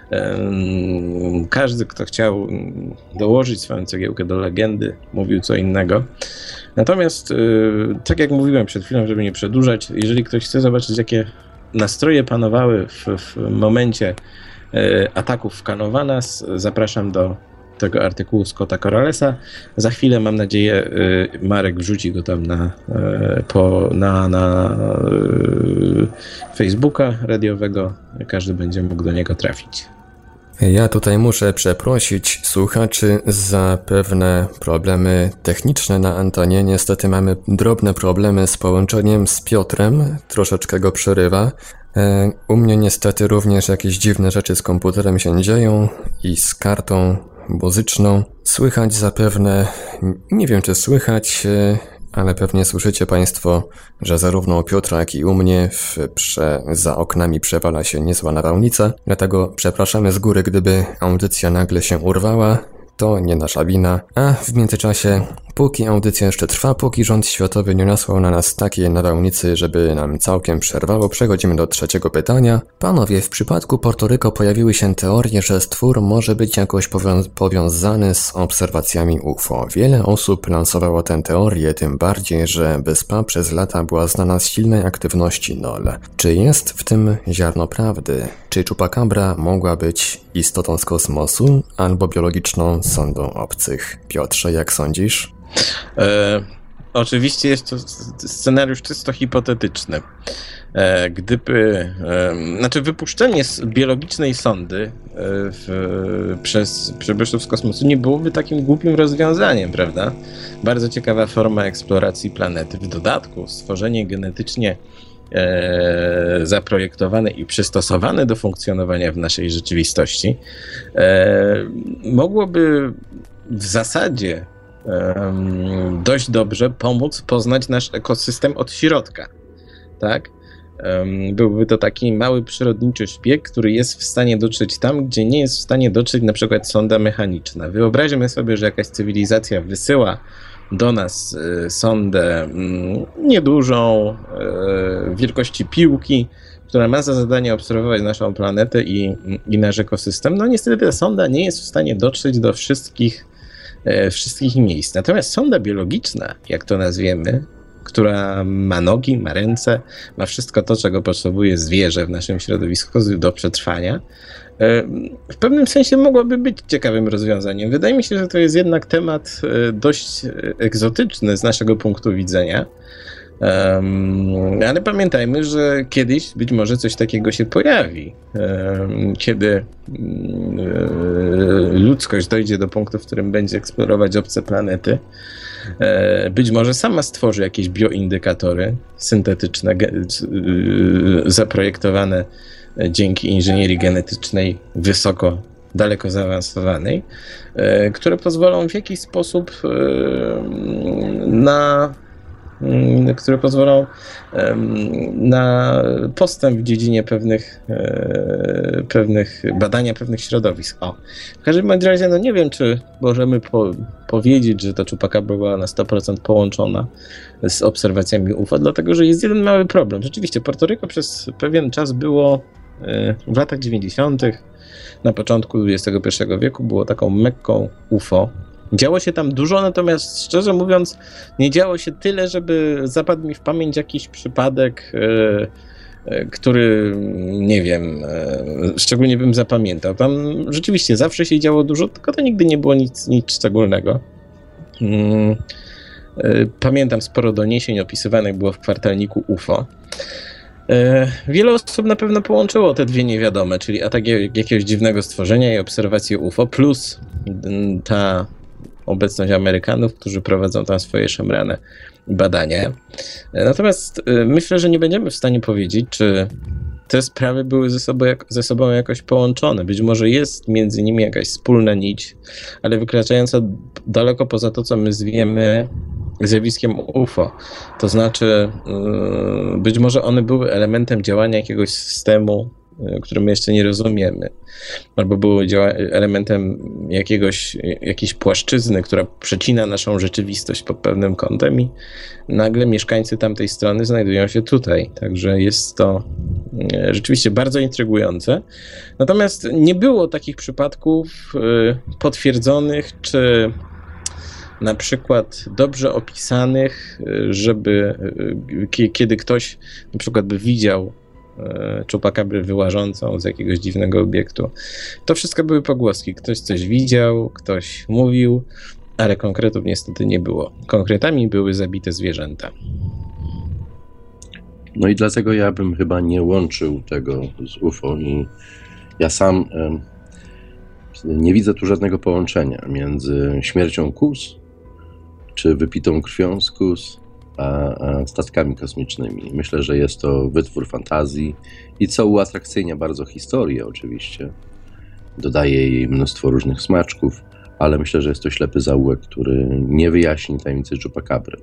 Każdy, kto chciał dołożyć swoją cegiełkę do legendy, mówił co innego. Natomiast, tak jak mówiłem przed chwilą, żeby nie przedłużać, jeżeli ktoś chce zobaczyć, jakie nastroje panowały w, w momencie ataków w Kanowanas, zapraszam do tego artykułu Scotta Corralesa. Za chwilę, mam nadzieję, Marek wrzuci go tam na, po, na, na Facebooka radiowego. Każdy będzie mógł do niego trafić. Ja tutaj muszę przeprosić słuchaczy za pewne problemy techniczne na antenie. Niestety mamy drobne problemy z połączeniem z Piotrem. Troszeczkę go przerywa. U mnie niestety również jakieś dziwne rzeczy z komputerem się dzieją i z kartą muzyczną. Słychać zapewne, nie wiem czy słychać, ale pewnie słyszycie Państwo, że zarówno u Piotra, jak i u mnie w, prze, za oknami przewala się niezła nawałnica. Dlatego przepraszamy z góry, gdyby audycja nagle się urwała. To nie nasza wina. A w międzyczasie, póki audycja jeszcze trwa, póki rząd światowy nie nasłał na nas takiej nawałnicy, żeby nam całkiem przerwało, przechodzimy do trzeciego pytania. Panowie, w przypadku Porto-Rico pojawiły się teorie, że stwór może być jakoś powią- powiązany z obserwacjami U F O. Wiele osób lansowało tę teorię, tym bardziej, że wyspa przez lata była znana z silnej aktywności Nol. Czy jest w tym ziarno prawdy? Czy Chupacabra mogła być istotą z kosmosu albo biologiczną sondą obcych? Piotrze, jak sądzisz? E, oczywiście jest to scenariusz czysto hipotetyczny. E, gdyby, e, znaczy wypuszczenie z biologicznej sondy e, w, przez przybywców z kosmosu nie byłoby takim głupim rozwiązaniem, prawda? Bardzo ciekawa forma eksploracji planety. W dodatku stworzenie genetycznie E, zaprojektowane i przystosowane do funkcjonowania w naszej rzeczywistości, e, mogłoby w zasadzie e, dość dobrze pomóc poznać nasz ekosystem od środka, tak? E, byłby to taki mały przyrodniczy szpieg, który jest w stanie dotrzeć tam, gdzie nie jest w stanie dotrzeć na przykład sonda mechaniczna. Wyobraźmy sobie, że jakaś cywilizacja wysyła do nas y, sondę y, niedużą, y, wielkości piłki, która ma za zadanie obserwować naszą planetę i, i nasz ekosystem. No niestety ta sonda nie jest w stanie dotrzeć do wszystkich, y, wszystkich miejsc. Natomiast sonda biologiczna, jak to nazwiemy, która ma nogi, ma ręce, ma wszystko to, czego potrzebuje zwierzę w naszym środowisku do przetrwania, w pewnym sensie mogłaby być ciekawym rozwiązaniem. Wydaje mi się, że to jest jednak temat dość egzotyczny z naszego punktu widzenia. Um, ale pamiętajmy, że kiedyś być może coś takiego się pojawi, um, kiedy um, ludzkość dojdzie do punktu, w którym będzie eksplorować obce planety. Um, być może sama stworzy jakieś bioindykatory syntetyczne, ge, zaprojektowane dzięki inżynierii genetycznej wysoko, daleko zaawansowanej, um, które pozwolą w jakiś sposób um, na które pozwolą na postęp w dziedzinie pewnych, pewnych badania pewnych środowisk. O, w każdym razie, no nie wiem, czy możemy po, powiedzieć, że ta Chupacabra była na sto procent połączona z obserwacjami U F O, dlatego że jest jeden mały problem. Rzeczywiście Porto Rico przez pewien czas było w latach dziewięćdziesiątych, na początku dwudziestego pierwszego wieku było taką Mekką U F O. Działo się tam dużo, natomiast szczerze mówiąc nie działo się tyle, żeby zapadł mi w pamięć jakiś przypadek, yy, yy, który, nie wiem, yy, szczególnie bym zapamiętał. Tam rzeczywiście zawsze się działo dużo, tylko to nigdy nie było nic, nic szczególnego. Yy, yy, pamiętam sporo doniesień opisywanych było w kwartalniku U F O. Wiele osób na pewno połączyło te dwie niewiadome, czyli atak jakiegoś dziwnego stworzenia i obserwacje U F O, plus ta obecność Amerykanów, którzy prowadzą tam swoje szemrane badania. Natomiast myślę, że nie będziemy w stanie powiedzieć, czy te sprawy były ze sobą, jak, ze sobą jakoś połączone. Być może jest między nimi jakaś wspólna nić, ale wykraczająca daleko poza to, co my zwiemy zjawiskiem U F O. To znaczy, być może one były elementem działania jakiegoś systemu, który my jeszcze nie rozumiemy, albo były elementem jakiegoś, jakiejś płaszczyzny, która przecina naszą rzeczywistość pod pewnym kątem i nagle mieszkańcy tamtej strony znajdują się tutaj. Także jest to rzeczywiście bardzo intrygujące. Natomiast nie było takich przypadków potwierdzonych, czy na przykład dobrze opisanych, żeby kiedy ktoś na przykład by widział Chupacabrę wyłażącą z jakiegoś dziwnego obiektu. To wszystko były pogłoski. Ktoś coś widział, ktoś mówił, ale konkretów niestety nie było. Konkretami były zabite zwierzęta. No i dlatego ja bym chyba nie łączył tego z U F O i ja sam em, nie widzę tu żadnego połączenia między śmiercią kus, czy wypitą krwią z kus, a, a statkami kosmicznymi. Myślę, że jest to wytwór fantazji i co uatrakcyjnia bardzo historię oczywiście. Dodaje jej mnóstwo różnych smaczków, ale myślę, że jest to ślepy zaułek, który nie wyjaśni tajemnicy Chupacabry.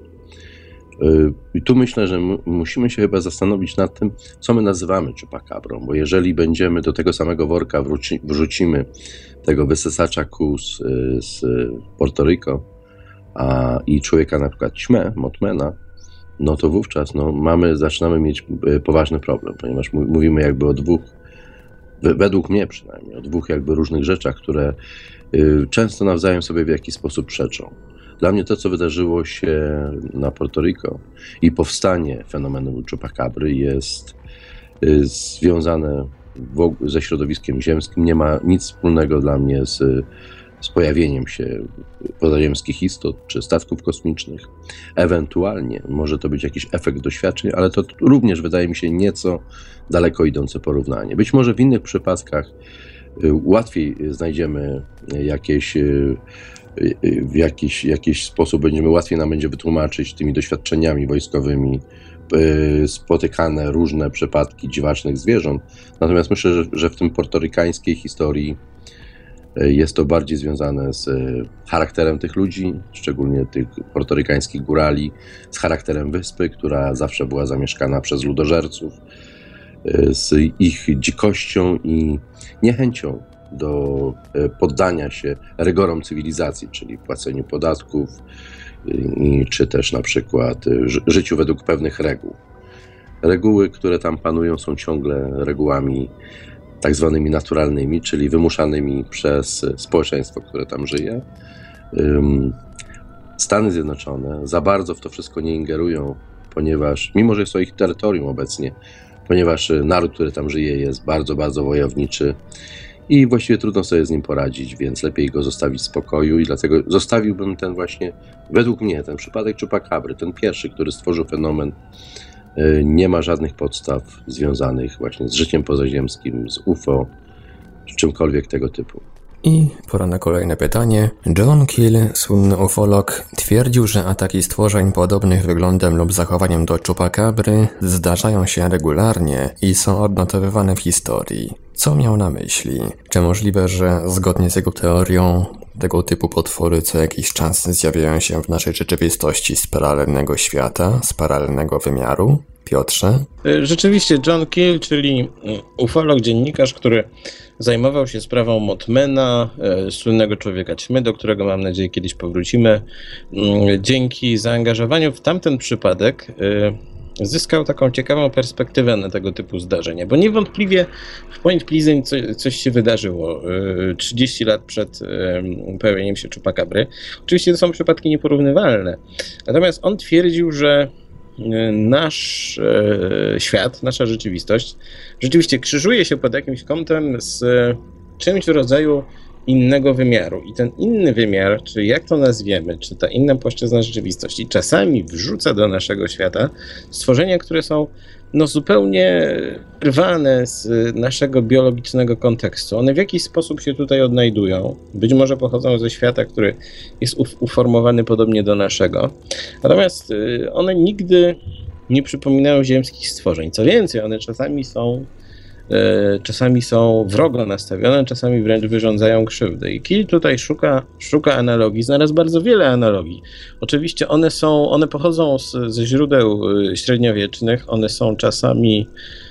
I tu myślę, że m- musimy się chyba zastanowić nad tym, co my nazywamy Chupacabrą, bo jeżeli będziemy do tego samego worka wróci- wrzucimy tego wysysacza kus y, z Porto Rico a, i człowieka na przykład ćmę, Mothmana, no to wówczas no, mamy, zaczynamy mieć y, poważny problem, ponieważ m- mówimy jakby o dwóch, w- według mnie przynajmniej, o dwóch jakby różnych rzeczach, które y, często nawzajem sobie w jakiś sposób przeczą. Dla mnie to, co wydarzyło się na Porto Rico i powstanie fenomenu Chupacabry jest y, związane w, ze środowiskiem ziemskim. Nie ma nic wspólnego dla mnie z, z pojawieniem się pozaziemskich istot czy statków kosmicznych. Ewentualnie może to być jakiś efekt doświadczeń, ale to również wydaje mi się nieco daleko idące porównanie. Być może w innych przypadkach y, łatwiej znajdziemy jakieś y, w jakiś, jakiś sposób będziemy łatwiej nam będzie wytłumaczyć tymi doświadczeniami wojskowymi yy, spotykane różne przypadki dziwacznych zwierząt. Natomiast myślę, że, że w tym portorykańskiej historii yy, jest to bardziej związane z yy, charakterem tych ludzi, szczególnie tych portorykańskich górali, z charakterem wyspy, która zawsze była zamieszkana przez ludożerców, yy, z ich dzikością i niechęcią do poddania się rygorom cywilizacji, czyli płaceniu podatków, i, czy też na przykład ży- życiu według pewnych reguł. Reguły, które tam panują, są ciągle regułami tak zwanymi naturalnymi, czyli wymuszanymi przez społeczeństwo, które tam żyje. Stany Zjednoczone za bardzo w to wszystko nie ingerują ponieważ, mimo że jest to ich terytorium obecnie, ponieważ naród, który tam żyje, jest bardzo, bardzo wojowniczy i właściwie trudno sobie z nim poradzić, więc lepiej go zostawić w spokoju i dlatego zostawiłbym ten właśnie, według mnie, ten przypadek Chupacabry, ten pierwszy, który stworzył fenomen, nie ma żadnych podstaw związanych właśnie z życiem pozaziemskim, z U F O, czy czymkolwiek tego typu. I pora na kolejne pytanie. John Keel, słynny ufolog, twierdził, że ataki stworzeń podobnych wyglądem lub zachowaniem do Chupacabry zdarzają się regularnie i są odnotowywane w historii. Co miał na myśli? Czy możliwe, że zgodnie z jego teorią tego typu potwory co jakiś czas zjawiają się w naszej rzeczywistości z paralelnego świata, z paralelnego wymiaru? Piotrze? Rzeczywiście John Keel, czyli ufolog, dziennikarz, który zajmował się sprawą Mothmana, e, słynnego człowieka ćmy, do którego mam nadzieję kiedyś powrócimy. E, dzięki zaangażowaniu w tamten przypadek e, zyskał taką ciekawą perspektywę na tego typu zdarzenia, bo niewątpliwie w Point Pleasant co, coś się wydarzyło e, trzydzieści lat przed e, pojawieniem się Chupacabry. Oczywiście to są przypadki nieporównywalne, natomiast on twierdził, że nasz e, świat, nasza rzeczywistość rzeczywiście krzyżuje się pod jakimś kątem z e, czymś w rodzaju innego wymiaru. I ten inny wymiar, czy jak to nazwiemy, czy ta inna płaszczyzna rzeczywistości, czasami wrzuca do naszego świata stworzenia, które są no, zupełnie rwane z naszego biologicznego kontekstu. One w jakiś sposób się tutaj odnajdują. Być może pochodzą ze świata, który jest uformowany podobnie do naszego. Natomiast one nigdy nie przypominają ziemskich stworzeń. Co więcej, one czasami są czasami są wrogo nastawione, czasami wręcz wyrządzają krzywdę. I Keel tutaj szuka, szuka analogii, znalazł bardzo wiele analogii. Oczywiście one są, one pochodzą z, ze źródeł średniowiecznych, one są czasami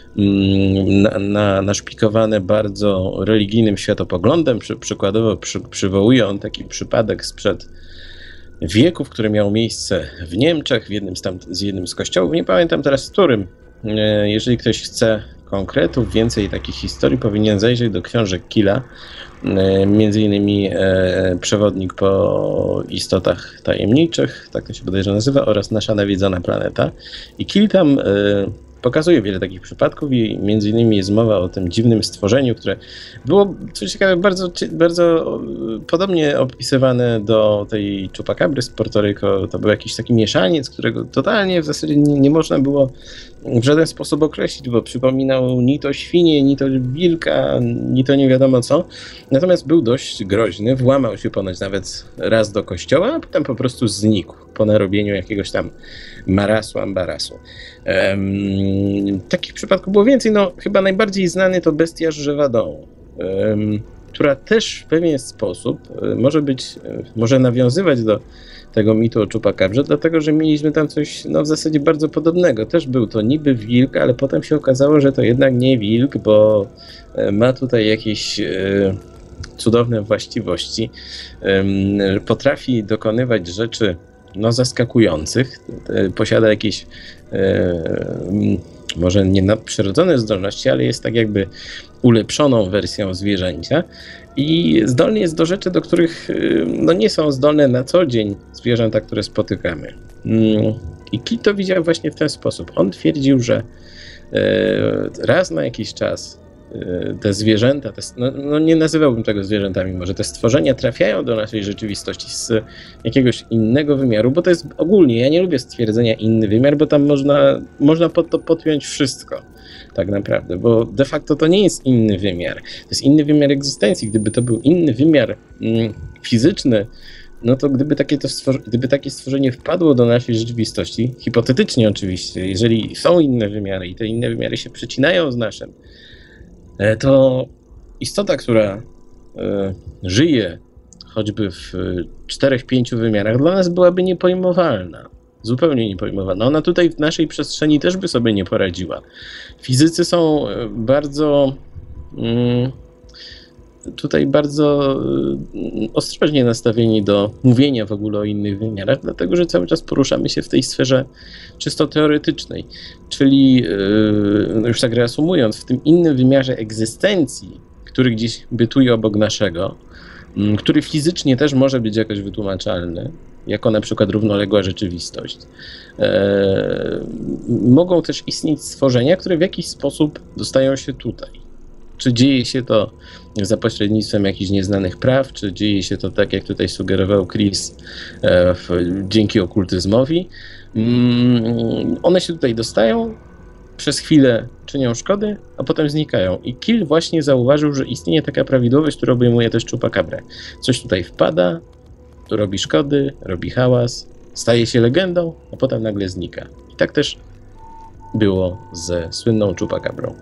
na, na, naszpikowane bardzo religijnym światopoglądem. Przy, przykładowo przy, przywołuje on taki przypadek sprzed wieków, który miał miejsce w Niemczech, w jednym z, tam, z jednym z kościołów. Nie pamiętam teraz, w którym. Jeżeli ktoś chce konkretów, więcej takich historii, powinien zajrzeć do książek Keela, między innymi Przewodnik po istotach tajemniczych, tak to się bodajże nazywa, oraz Nasza nawiedzona planeta. I Keel tam pokazuje wiele takich przypadków i między innymi jest mowa o tym dziwnym stworzeniu, które było, co ciekawe, bardzo, bardzo podobnie opisywane do tej Chupacabry z Porto Rico. To był jakiś taki mieszaniec, którego totalnie w zasadzie nie, nie można było w żaden sposób określić, bo przypominał ni to świnię, ni to wilka, ni to nie wiadomo co. Natomiast był dość groźny, włamał się ponoć nawet raz do kościoła, a potem po prostu znikł po narobieniu jakiegoś tam marasu, ambarasu. Um, takich przypadków było więcej. No, chyba najbardziej znany to bestia z Gévaudan, um, która też w pewien sposób um, może być, um, może nawiązywać do tego mitu o Chupacabrze, dlatego że mieliśmy tam coś no, w zasadzie bardzo podobnego. Też był to niby wilk, ale potem się okazało, że to jednak nie wilk, bo um, ma tutaj jakieś um, cudowne właściwości. Um, potrafi dokonywać rzeczy no, zaskakujących, posiada jakieś e, może nie nadprzyrodzone zdolności, ale jest tak jakby ulepszoną wersją zwierzęcia i zdolny jest do rzeczy, do których no, nie są zdolne na co dzień zwierzęta, które spotykamy. I Keel to widział właśnie w ten sposób. On twierdził, że e, raz na jakiś czas te zwierzęta, te, no, no nie nazywałbym tego zwierzętami, może te stworzenia trafiają do naszej rzeczywistości z jakiegoś innego wymiaru, bo to jest ogólnie, ja nie lubię stwierdzenia inny wymiar, bo tam można, można pod to podpiąć wszystko tak naprawdę, bo de facto to nie jest inny wymiar, to jest inny wymiar egzystencji. Gdyby to był inny wymiar mm, fizyczny, no to gdyby takie, to stwor- gdyby takie stworzenie wpadło do naszej rzeczywistości, hipotetycznie oczywiście, jeżeli są inne wymiary i te inne wymiary się przecinają z naszym, to istota, która e, żyje choćby w czterech, pięciu wymiarach, dla nas byłaby niepojmowalna. Zupełnie niepojmowalna. Ona tutaj w naszej przestrzeni też by sobie nie poradziła. Fizycy są bardzo mm, tutaj bardzo ostrożnie nastawieni do mówienia w ogóle o innych wymiarach, dlatego że cały czas poruszamy się w tej sferze czysto teoretycznej. Czyli, już tak reasumując, w tym innym wymiarze egzystencji, który gdzieś bytuje obok naszego, który fizycznie też może być jakoś wytłumaczalny, jako na przykład równoległa rzeczywistość. E, mogą też istnieć stworzenia, które w jakiś sposób dostają się tutaj. Czy dzieje się to za pośrednictwem jakichś nieznanych praw, czy dzieje się to tak, jak tutaj sugerował Chris, e, w, dzięki okultyzmowi. Mm, one się tutaj dostają, przez chwilę czynią szkody, a potem znikają. I Kill właśnie zauważył, że istnieje taka prawidłowość, która obejmuje też Chupacabrę. Coś tutaj wpada, tu robi szkody, robi hałas, staje się legendą, a potem nagle znika. I tak też było ze słynną Chupacabrą.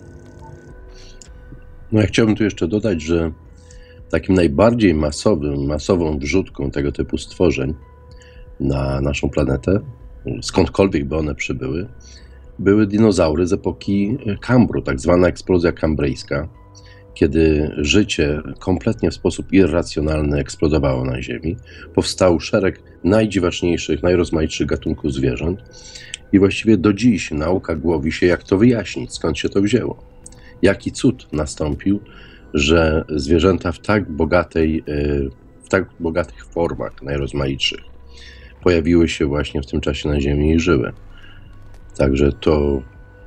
No ja chciałbym tu jeszcze dodać, że takim najbardziej masowym, masową wrzutką tego typu stworzeń na naszą planetę, skądkolwiek by one przybyły, były dinozaury z epoki Kambru, tak zwana eksplozja kambryjska, kiedy życie kompletnie w sposób irracjonalny eksplodowało na Ziemi. Powstał szereg najdziwaczniejszych, najrozmaitszych gatunków zwierząt i właściwie do dziś nauka głowi się, jak to wyjaśnić, skąd się to wzięło. Jaki cud nastąpił, że zwierzęta w tak bogatej, w tak bogatych formach najrozmaitszych pojawiły się właśnie w tym czasie na Ziemi i żyły. Także to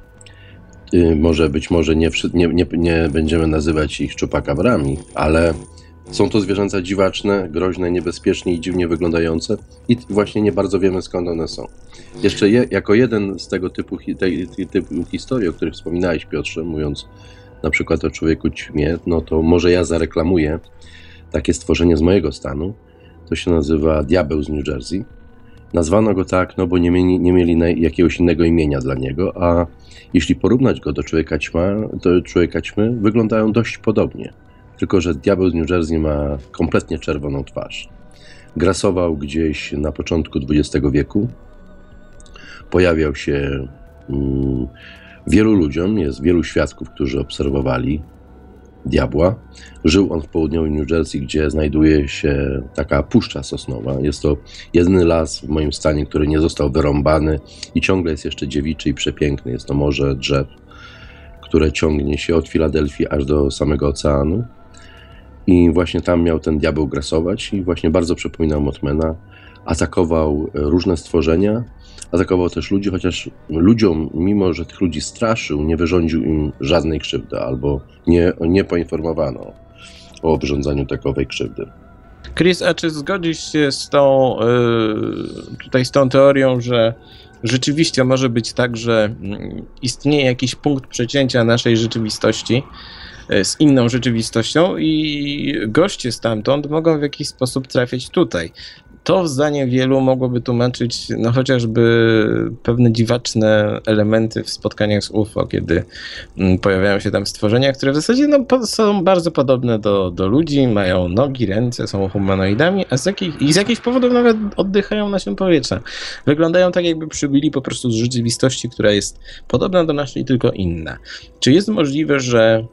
może być może nie, nie, nie, nie będziemy nazywać ich Chupacabrami, ale są to zwierzęta dziwaczne, groźne, niebezpieczne i dziwnie wyglądające i właśnie nie bardzo wiemy, skąd one są. Jeszcze je, jako jeden z tego typu, tej, tej typu historii, o których wspominałeś, Piotrze, mówiąc na przykład o człowieku ćmie, no to może ja zareklamuję takie stworzenie z mojego stanu. To się nazywa Diabeł z New Jersey. Nazwano go tak, no bo nie mieli, nie mieli jakiegoś innego imienia dla niego, a jeśli porównać go do człowieka ćma, do człowieka ćmy, wyglądają dość podobnie. Tylko że Diabeł z New Jersey ma kompletnie czerwoną twarz. Grasował gdzieś na początku dwudziestego wieku. Pojawiał się mm, wielu ludziom, jest wielu świadków, którzy obserwowali diabła. Żył on w południowym New Jersey, gdzie znajduje się taka puszcza sosnowa. Jest to jedyny las w moim stanie, który nie został wyrąbany i ciągle jest jeszcze dziewiczy i przepiękny. Jest to morze drzew, które ciągnie się od Filadelfii aż do samego oceanu. I właśnie tam miał ten diabeł grasować i właśnie bardzo przypominał Mothmana. Atakował różne stworzenia, atakował też ludzi, chociaż ludziom, mimo że tych ludzi straszył, nie wyrządził im żadnej krzywdy albo nie, nie poinformowano o wyrządzaniu takowej krzywdy. Chris, a czy zgodzisz się z tą, tutaj z tą teorią, że rzeczywiście może być tak, że istnieje jakiś punkt przecięcia naszej rzeczywistości z inną rzeczywistością i goście stamtąd mogą w jakiś sposób trafiać tutaj? To zdaniem wielu mogłoby tłumaczyć no chociażby pewne dziwaczne elementy w spotkaniach z U F O, kiedy pojawiają się tam stworzenia, które w zasadzie no, są bardzo podobne do, do ludzi, mają nogi, ręce, są humanoidami, a z jakich, i z jakichś powodów nawet oddychają naszym powietrzem. Wyglądają tak, jakby przybyli po prostu z rzeczywistości, która jest podobna do naszej, tylko inna. Czy jest możliwe, że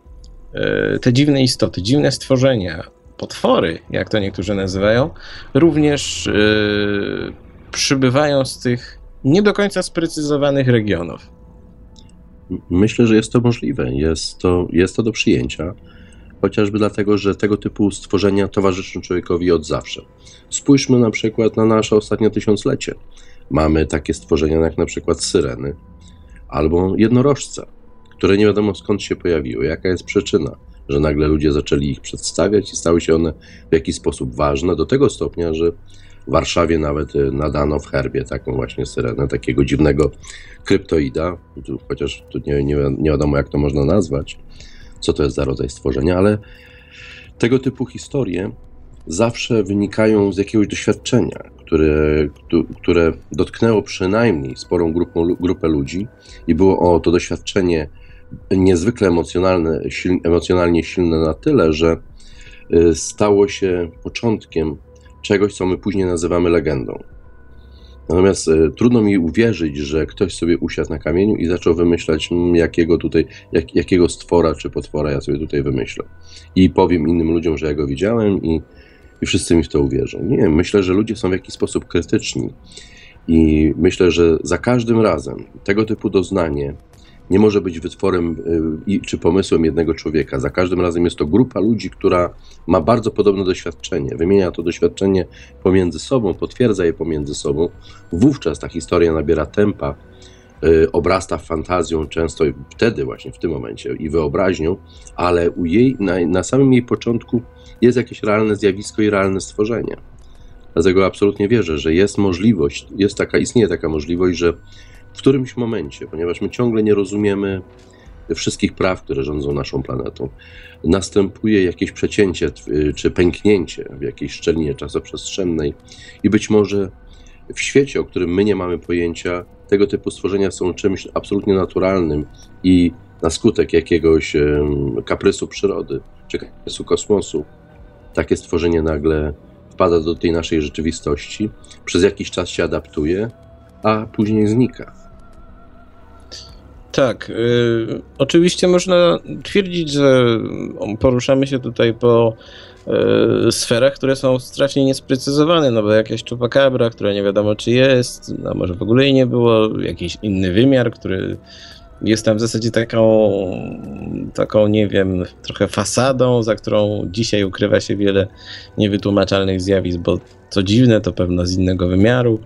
yy, te dziwne istoty, dziwne stworzenia, potwory, jak to niektórzy nazywają, również yy, przybywają z tych nie do końca sprecyzowanych regionów? Myślę, że jest to możliwe. Jest to, jest to do przyjęcia, chociażby dlatego, że tego typu stworzenia towarzyszą człowiekowi od zawsze. Spójrzmy na przykład na nasze ostatnie tysiąclecie. Mamy takie stworzenia jak na przykład syreny albo jednorożce, które nie wiadomo skąd się pojawiły, jaka jest przyczyna, że nagle ludzie zaczęli ich przedstawiać i stały się one w jakiś sposób ważne, do tego stopnia, że w Warszawie nawet nadano w herbie taką właśnie syrenę, takiego dziwnego kryptoida, chociaż tu nie, nie, nie wiadomo jak to można nazwać, co to jest za rodzaj stworzenia, ale tego typu historie zawsze wynikają z jakiegoś doświadczenia, które, które dotknęło przynajmniej sporą grupą, grupę ludzi i było o to doświadczenie niezwykle emocjonalne, sil, emocjonalnie silne na tyle, że stało się początkiem czegoś, co my później nazywamy legendą. Natomiast y, trudno mi uwierzyć, że ktoś sobie usiadł na kamieniu i zaczął wymyślać, mm, jakiego tutaj, jak, jakiego stwora czy potwora ja sobie tutaj wymyślę. I powiem innym ludziom, że ja go widziałem i, i wszyscy mi w to uwierzą. Nie, myślę, że ludzie są w jakiś sposób krytyczni i myślę, że za każdym razem tego typu doznanie nie może być wytworem y, czy pomysłem jednego człowieka. Za każdym razem jest to grupa ludzi, która ma bardzo podobne doświadczenie. Wymienia to doświadczenie pomiędzy sobą, potwierdza je pomiędzy sobą. Wówczas ta historia nabiera tempa, y, obrasta fantazją, często wtedy właśnie, w tym momencie i wyobraźnią, ale u jej, na, na samym jej początku jest jakieś realne zjawisko i realne stworzenie. Dlatego absolutnie wierzę, że jest możliwość, jest taka, istnieje taka możliwość, że w którymś momencie, ponieważ my ciągle nie rozumiemy wszystkich praw, które rządzą naszą planetą, następuje jakieś przecięcie czy pęknięcie w jakiejś szczelinie czasoprzestrzennej i być może w świecie, o którym my nie mamy pojęcia, tego typu stworzenia są czymś absolutnie naturalnym i na skutek jakiegoś kaprysu przyrody czy kaprysu kosmosu takie stworzenie nagle wpada do tej naszej rzeczywistości, przez jakiś czas się adaptuje, a później znika. Tak, y, oczywiście można twierdzić, że poruszamy się tutaj po y, sferach, które są strasznie niesprecyzowane, no bo jakaś czupakabra, która nie wiadomo czy jest, a może w ogóle jej nie było, jakiś inny wymiar, który jest tam w zasadzie taką, taką, nie wiem, trochę fasadą, za którą dzisiaj ukrywa się wiele niewytłumaczalnych zjawisk, bo co dziwne, to pewno z innego wymiaru.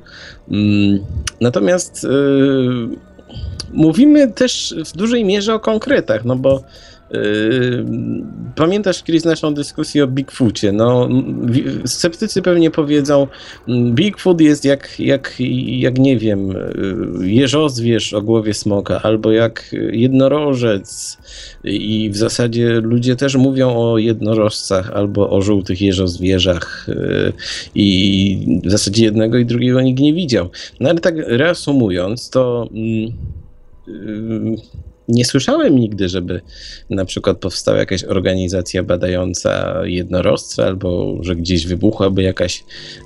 Natomiast yy, mówimy też w dużej mierze o konkretach, no bo Yy, pamiętasz kiedyś naszą dyskusję o Bigfoocie? No, sceptycy pewnie powiedzą, Bigfoot jest jak, jak, jak nie wiem, jeżozwierz o głowie smoka, albo jak jednorożec i w zasadzie ludzie też mówią o jednorożcach albo o żółtych jeżozwierzach yy, i w zasadzie jednego i drugiego nikt nie widział. No ale tak reasumując, to yy, yy, nie słyszałem nigdy, żeby na przykład powstała jakaś organizacja badająca jednorożce, albo że gdzieś wybuchłaby jakaś,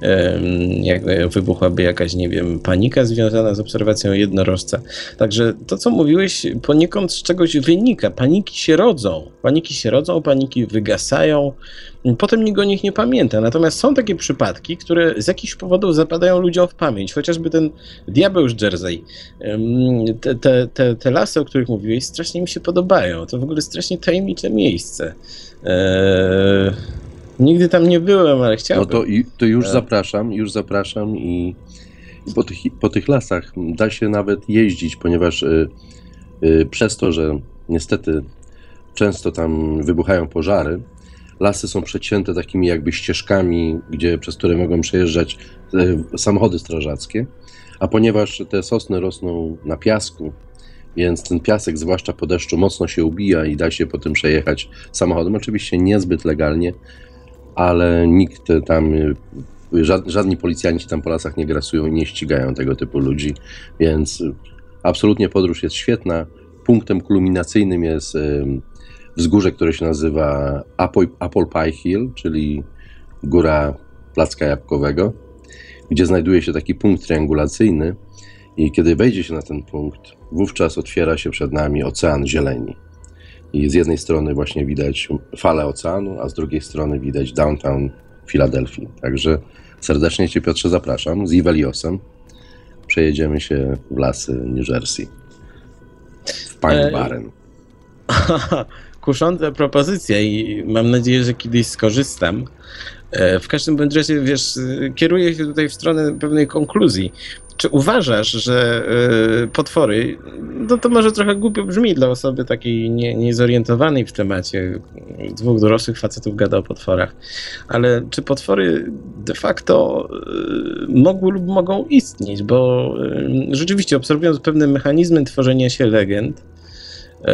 jak, wybuchłaby jakaś, nie wiem, panika związana z obserwacją jednorożca. Także to, co mówiłeś, poniekąd z czegoś wynika. Paniki się rodzą. Paniki się rodzą, paniki wygasają. Potem nikt o nich nie pamięta. Natomiast są takie przypadki, które z jakichś powodów zapadają ludziom w pamięć. Chociażby ten diabeł z Jersey. Te, te, te, te lasy, o których mówiłeś, strasznie mi się podobają. To w ogóle strasznie tajemnicze miejsce. Eee, nigdy tam nie byłem, ale chciałbym. No to, to już zapraszam, już zapraszam i po tych, po tych lasach da się nawet jeździć, ponieważ y, y, przez to, że niestety często tam wybuchają pożary, lasy są przecięte takimi jakby ścieżkami, gdzie, przez które mogą przejeżdżać y, samochody strażackie, a ponieważ te sosny rosną na piasku, więc ten piasek, zwłaszcza po deszczu, mocno się ubija i da się po tym przejechać samochodem. Oczywiście niezbyt legalnie, ale nikt tam, żadni policjanci tam po lasach nie grasują i nie ścigają tego typu ludzi, więc absolutnie podróż jest świetna. Punktem kulminacyjnym jest wzgórze, które się nazywa Apple, Apple Pie Hill, czyli góra placka jabłkowego, gdzie znajduje się taki punkt triangulacyjny i kiedy wejdzie się na ten punkt, wówczas otwiera się przed nami ocean zieleni. I z jednej strony właśnie widać falę oceanu, a z drugiej strony widać downtown Filadelfii. Także serdecznie Cię, Piotrze, zapraszam z Iveliosem. Przejedziemy się w lasy New Jersey. W Pine Barren. Kusząca propozycja i mam nadzieję, że kiedyś skorzystam. W każdym bądź razie, wiesz, kieruję się tutaj w stronę pewnej konkluzji. Czy uważasz, że y, potwory, no to może trochę głupio brzmi dla osoby takiej nie, niezorientowanej w temacie, dwóch dorosłych facetów gada o potworach, ale czy potwory de facto y, mogły lub mogą istnieć, bo y, rzeczywiście obserwując pewne mechanizmy tworzenia się legend, y,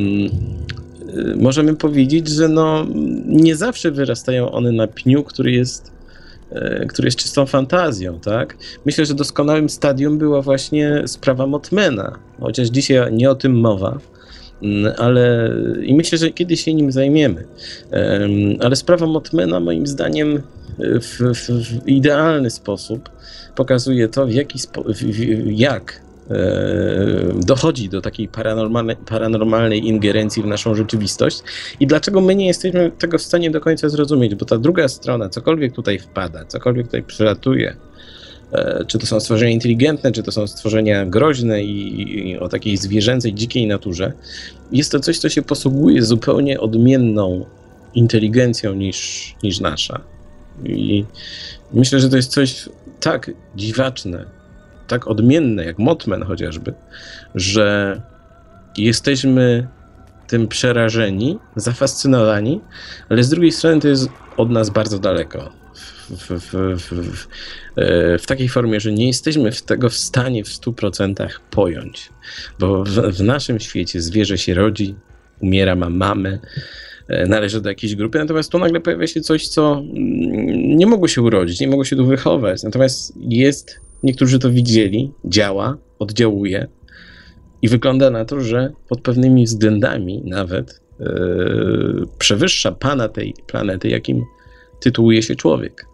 y, możemy powiedzieć, że no, nie zawsze wyrastają one na pniu, który jest który jest czystą fantazją, tak? Myślę, że doskonałym stadium była właśnie sprawa Mothmana, chociaż dzisiaj nie o tym mowa, ale i myślę, że kiedyś się nim zajmiemy. Ale sprawa Mothmana moim zdaniem w, w, w idealny sposób pokazuje to, w jaki spo, w, w, jak dochodzi do takiej paranormalnej, paranormalnej ingerencji w naszą rzeczywistość i dlaczego my nie jesteśmy tego w stanie do końca zrozumieć, bo ta druga strona, cokolwiek tutaj wpada, cokolwiek tutaj przylatuje, czy to są stworzenia inteligentne, czy to są stworzenia groźne i, i o takiej zwierzęcej, dzikiej naturze, jest to coś, co się posługuje zupełnie odmienną inteligencją niż, niż nasza. I myślę, że to jest coś tak dziwaczne, tak odmienne, jak Mothman chociażby, że jesteśmy tym przerażeni, zafascynowani, ale z drugiej strony to jest od nas bardzo daleko. W, w, w, w, w takiej formie, że nie jesteśmy tego w stanie w stu procentach pojąć. Bo w, w naszym świecie zwierzę się rodzi, umiera, ma mamę, należy do jakiejś grupy, natomiast tu nagle pojawia się coś, co nie mogło się urodzić, nie mogło się tu wychować. Natomiast jest, niektórzy to widzieli, działa, oddziałuje i wygląda na to, że pod pewnymi względami nawet yy, przewyższa pana tej planety, jakim tytułuje się człowiek.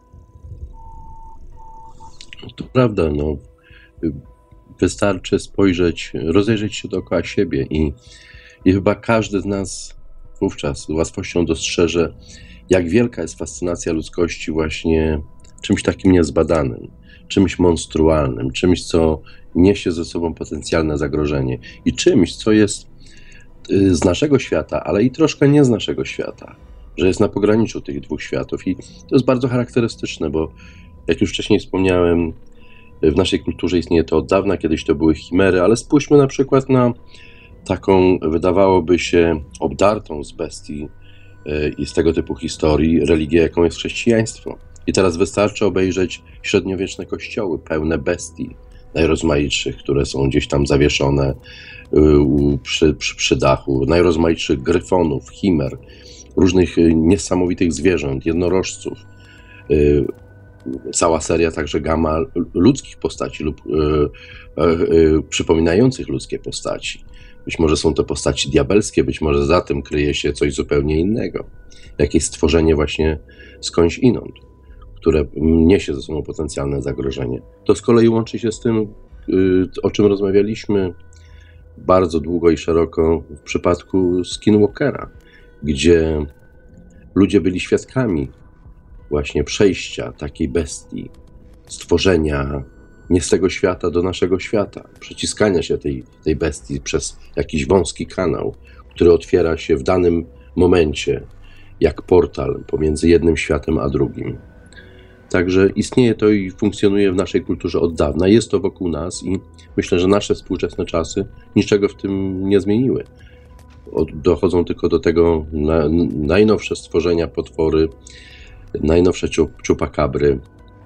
To prawda, no. Wystarczy spojrzeć, rozejrzeć się dookoła siebie i, i chyba każdy z nas wówczas z łatwością dostrzeże, jak wielka jest fascynacja ludzkości właśnie czymś takim niezbadanym, czymś monstrualnym, czymś, co niesie ze sobą potencjalne zagrożenie i czymś, co jest z naszego świata, ale i troszkę nie z naszego świata, że jest na pograniczu tych dwóch światów i to jest bardzo charakterystyczne, bo jak już wcześniej wspomniałem, w naszej kulturze istnieje to od dawna, kiedyś to były chimery, ale spójrzmy na przykład na taką, wydawałoby się, obdartą z bestii i z tego typu historii religię, jaką jest chrześcijaństwo. I teraz wystarczy obejrzeć średniowieczne kościoły pełne bestii najrozmaitszych, które są gdzieś tam zawieszone przy, przy, przy dachu, najrozmaitszych gryfonów, chimer, różnych niesamowitych zwierząt, jednorożców. Cała seria, także gama ludzkich postaci lub y, y, y, przypominających ludzkie postaci. Być może są to postaci diabelskie, być może za tym kryje się coś zupełnie innego. Jakieś stworzenie właśnie skądś inąd, które niesie ze sobą potencjalne zagrożenie. To z kolei łączy się z tym, y, o czym rozmawialiśmy bardzo długo i szeroko w przypadku Skinwalkera, gdzie ludzie byli świadkami właśnie przejścia takiej bestii, stworzenia nie z tego świata do naszego świata, przeciskania się tej, tej bestii przez jakiś wąski kanał, który otwiera się w danym momencie, jak portal pomiędzy jednym światem a drugim. Także istnieje to i funkcjonuje w naszej kulturze od dawna, jest to wokół nas i myślę, że nasze współczesne czasy niczego w tym nie zmieniły. Dochodzą tylko do tego na, najnowsze stworzenia, potwory, najnowsze czupakabry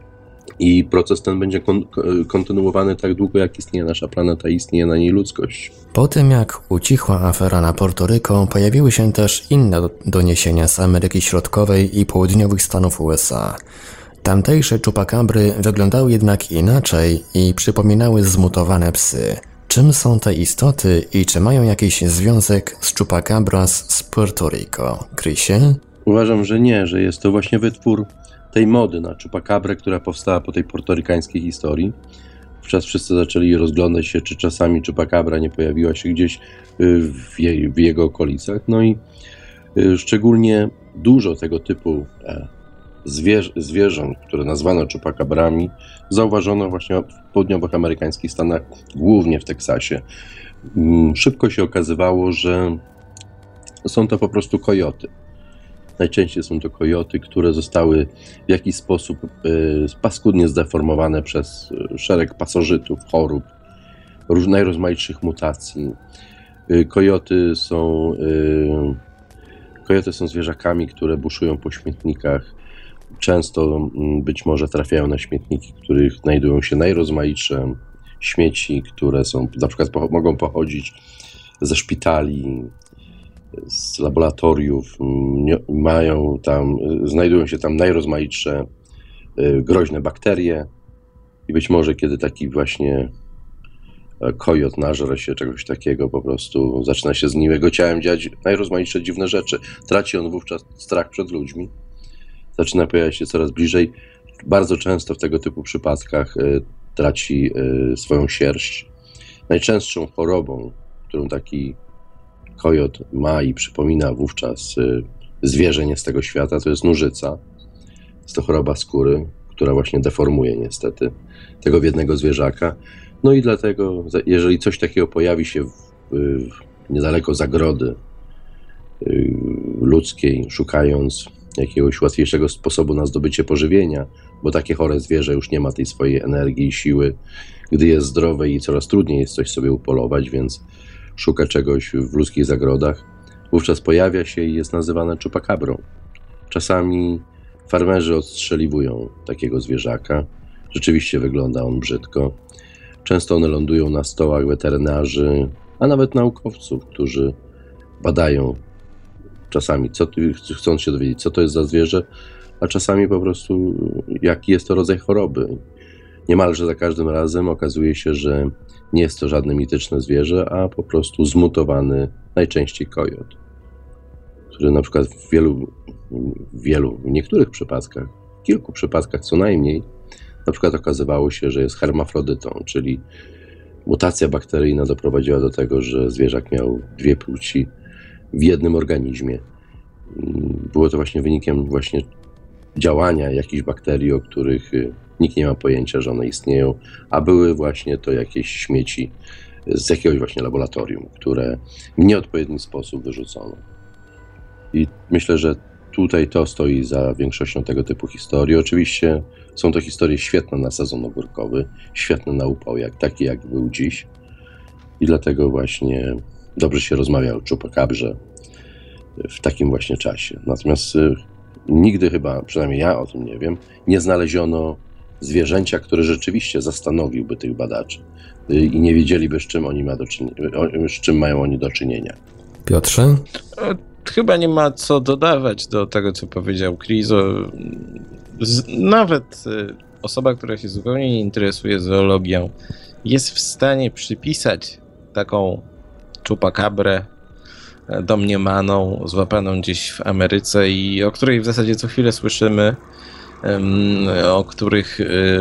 i proces ten będzie kon- kontynuowany tak długo, jak istnieje nasza planeta i istnieje na niej ludzkość. Po tym jak ucichła afera na Porto-Rico, pojawiły się też inne doniesienia z Ameryki Środkowej i południowych stanów U S A. Tamtejsze czupakabry wyglądały jednak inaczej i przypominały zmutowane psy. Czym są te istoty i czy mają jakiś związek z czupakabras z Puerto Rico? Chrisie? Uważam, że nie, że jest to właśnie wytwór tej mody na czupakabrę, która powstała po tej portorykańskiej historii. Wówczas wszyscy zaczęli rozglądać się, czy czasami czupakabra nie pojawiła się gdzieś w, jej, w jego okolicach. No i szczególnie dużo tego typu zwierz, zwierząt, które nazwano czupakabrami, zauważono właśnie w południowych amerykańskich stanach, głównie w Teksasie. Szybko się okazywało, że są to po prostu kojoty. Najczęściej są to kojoty, które zostały w jakiś sposób y, paskudnie zdeformowane przez szereg pasożytów, chorób, róż, najrozmaitszych mutacji. Y, kojoty są, y, kojoty są zwierzakami, które buszują po śmietnikach. Często y, być może trafiają na śmietniki, w których znajdują się najrozmaitsze śmieci, które są, na przykład po, mogą pochodzić ze szpitali, z laboratoriów, mają tam, znajdują się tam najrozmaitsze groźne bakterie i być może kiedy taki właśnie kojot nażre się czegoś takiego, po prostu zaczyna się z nim jego ciałem dziać najrozmaitsze dziwne rzeczy. Traci on wówczas strach przed ludźmi, zaczyna pojawiać się coraz bliżej. Bardzo często w tego typu przypadkach traci swoją sierść. Najczęstszą chorobą, którą taki kojot ma i przypomina wówczas zwierzę nie z tego świata, to jest nużyca. Jest to choroba skóry, która właśnie deformuje niestety tego biednego zwierzaka. No i dlatego, jeżeli coś takiego pojawi się w, w, niedaleko zagrody ludzkiej, szukając jakiegoś łatwiejszego sposobu na zdobycie pożywienia, bo takie chore zwierzę już nie ma tej swojej energii i siły, gdy jest zdrowe i coraz trudniej jest coś sobie upolować, więc szuka czegoś w ludzkich zagrodach, wówczas pojawia się i jest nazywane chupakabrą. Czasami farmerzy odstrzeliwują takiego zwierzaka. Rzeczywiście wygląda on brzydko. Często one lądują na stołach weterynarzy, a nawet naukowców, którzy badają czasami, co, chcąc się dowiedzieć, co to jest za zwierzę, a czasami po prostu jaki jest to rodzaj choroby. Niemalże za każdym razem okazuje się, że nie jest to żadne mityczne zwierzę, a po prostu zmutowany, najczęściej kojot, który na przykład w wielu, w wielu, w niektórych przypadkach, w kilku przypadkach co najmniej, na przykład okazywało się, że jest hermafrodytą, czyli mutacja bakteryjna doprowadziła do tego, że zwierzak miał dwie płci w jednym organizmie. Było to właśnie wynikiem właśnie działania jakichś bakterii, o których nikt nie ma pojęcia, że one istnieją, a były właśnie to jakieś śmieci z jakiegoś właśnie laboratorium, które w nieodpowiedni sposób wyrzucono. I myślę, że tutaj to stoi za większością tego typu historii. Oczywiście są to historie świetne na sezon ogórkowy, świetne na upał, jak taki jak był dziś. I dlatego właśnie dobrze się rozmawia o chupakabrze w takim właśnie czasie. Natomiast y, nigdy chyba, przynajmniej ja o tym nie wiem, nie znaleziono zwierzęcia, które rzeczywiście zastanowiłby tych badaczy y, i nie wiedzieliby, z czym oni ma do czynienia, z czym mają oni do czynienia. Piotrze? Chyba nie ma co dodawać do tego, co powiedział Krizo. Nawet osoba, która się zupełnie nie interesuje zoologią, jest w stanie przypisać taką chupakabrę domniemaną, złapaną gdzieś w Ameryce i o której w zasadzie co chwilę słyszymy, o których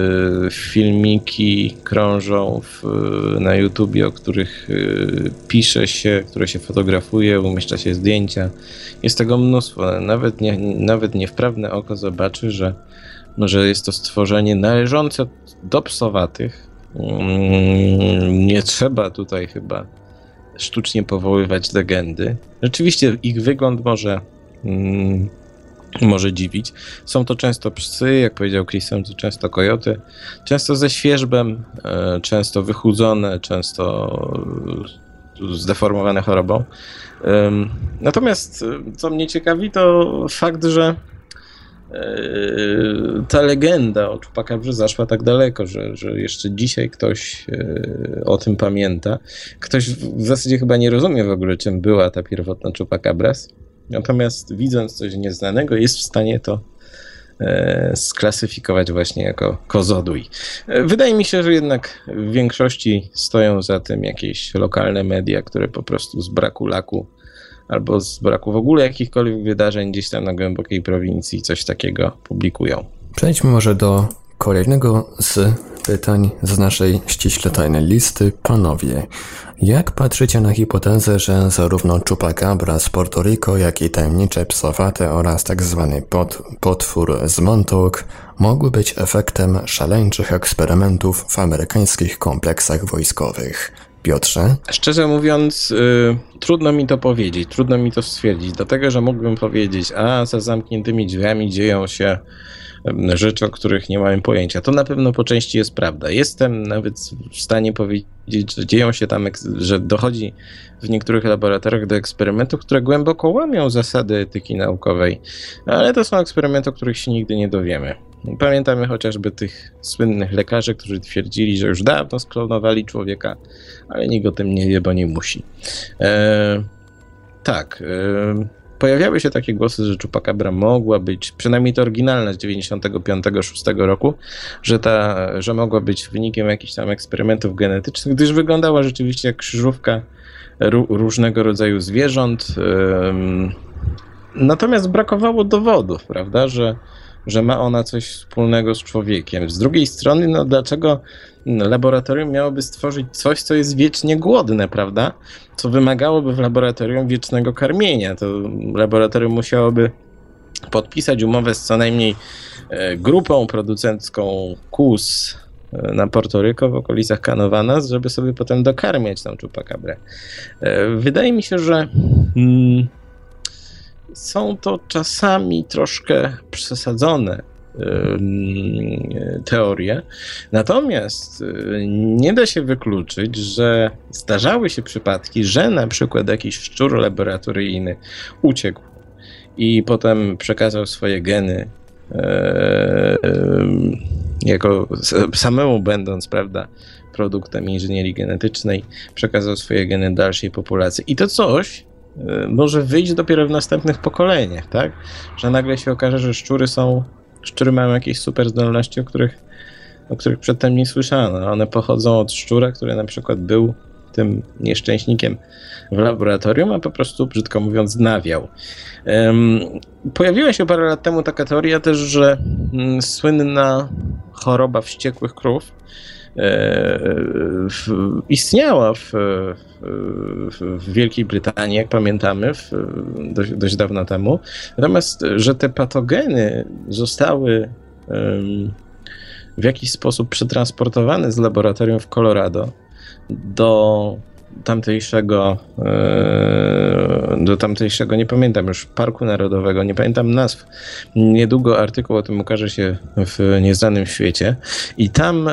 filmiki krążą w, na YouTubie, o których pisze się, które się fotografuje, umieszcza się zdjęcia. Jest tego mnóstwo. Nawet, nie, nawet niewprawne oko zobaczy, że, że jest to stworzenie należące do psowatych. Nie trzeba tutaj chyba sztucznie powoływać legendy. Rzeczywiście ich wygląd może może dziwić. Są to często psy, jak powiedział Chris, są to często kojoty, często ze świerzbem, często wychudzone, często zdeformowane chorobą. Natomiast co mnie ciekawi, to fakt, że ta legenda o chupakabrze zaszła tak daleko, że, że jeszcze dzisiaj ktoś o tym pamięta. Ktoś w zasadzie chyba nie rozumie w ogóle, czym była ta pierwotna chupakabras. Natomiast widząc coś nieznanego, jest w stanie to e, sklasyfikować właśnie jako kozodój. E, wydaje mi się, że jednak w większości stoją za tym jakieś lokalne media, które po prostu z braku laku albo z braku w ogóle jakichkolwiek wydarzeń gdzieś tam na głębokiej prowincji coś takiego publikują. Przejdźmy może do kolejnego z pytań z naszej ściśle tajnej listy. Panowie, jak patrzycie na hipotezę, że zarówno chupacabra z Porto Rico, jak i tajemnicze psowate oraz tak zwany pot, potwór z Montauk mogły być efektem szaleńczych eksperymentów w amerykańskich kompleksach wojskowych? Piotrze? Szczerze mówiąc, yy, trudno mi to powiedzieć, trudno mi to stwierdzić, dlatego że mógłbym powiedzieć, a za zamkniętymi drzwiami dzieją się rzeczy, o których nie mamy pojęcia. To na pewno po części jest prawda. Jestem nawet w stanie powiedzieć, że dzieją się tam, że dochodzi w niektórych laboratoriach do eksperymentów, które głęboko łamią zasady etyki naukowej, ale to są eksperymenty, o których się nigdy nie dowiemy. Pamiętamy chociażby tych słynnych lekarzy, którzy twierdzili, że już dawno sklonowali człowieka, ale nikt o tym nie wie, bo nie musi. Eee, tak, eee, pojawiały się takie głosy, że chupacabra mogła być, przynajmniej to oryginalna z dziewięćdziesiątego piątego szóstego roku, że, ta, że mogła być wynikiem jakichś tam eksperymentów genetycznych, gdyż wyglądała rzeczywiście jak krzyżówka ró- różnego rodzaju zwierząt. Eee, natomiast brakowało dowodów, prawda, że że ma ona coś wspólnego z człowiekiem. Z drugiej strony, no dlaczego laboratorium miałoby stworzyć coś, co jest wiecznie głodne, prawda? Co wymagałoby w laboratorium wiecznego karmienia. To laboratorium musiałoby podpisać umowę z co najmniej grupą producencką kóz na Portoryko w okolicach Canovanas, żeby sobie potem dokarmiać tą Chupacabrę. Wydaje mi się, że mm, są to czasami troszkę przesadzone teorie. Natomiast nie da się wykluczyć, że zdarzały się przypadki, że na przykład jakiś szczur laboratoryjny uciekł i potem przekazał swoje geny jako samemu będąc, prawda, produktem inżynierii genetycznej, przekazał swoje geny dalszej populacji. I to coś może wyjść dopiero w następnych pokoleniach, tak? Że nagle się okaże, że szczury są, szczury mają jakieś super zdolności, o których, o których przedtem nie słyszano. One pochodzą od szczura, który na przykład był tym nieszczęśnikiem w laboratorium, a po prostu, brzydko mówiąc, nawiał. Um, pojawiła się parę lat temu taka teoria też, że mm, słynna choroba wściekłych krów e, w, istniała w, w, w Wielkiej Brytanii, jak pamiętamy, w, dość, dość dawno temu. Natomiast, że te patogeny zostały um, w jakiś sposób przetransportowane z laboratorium w Colorado do tamtejszego do tamtejszego, nie pamiętam już, Parku Narodowego, nie pamiętam nazw. Niedługo artykuł o tym ukaże się w Nieznanym Świecie i tam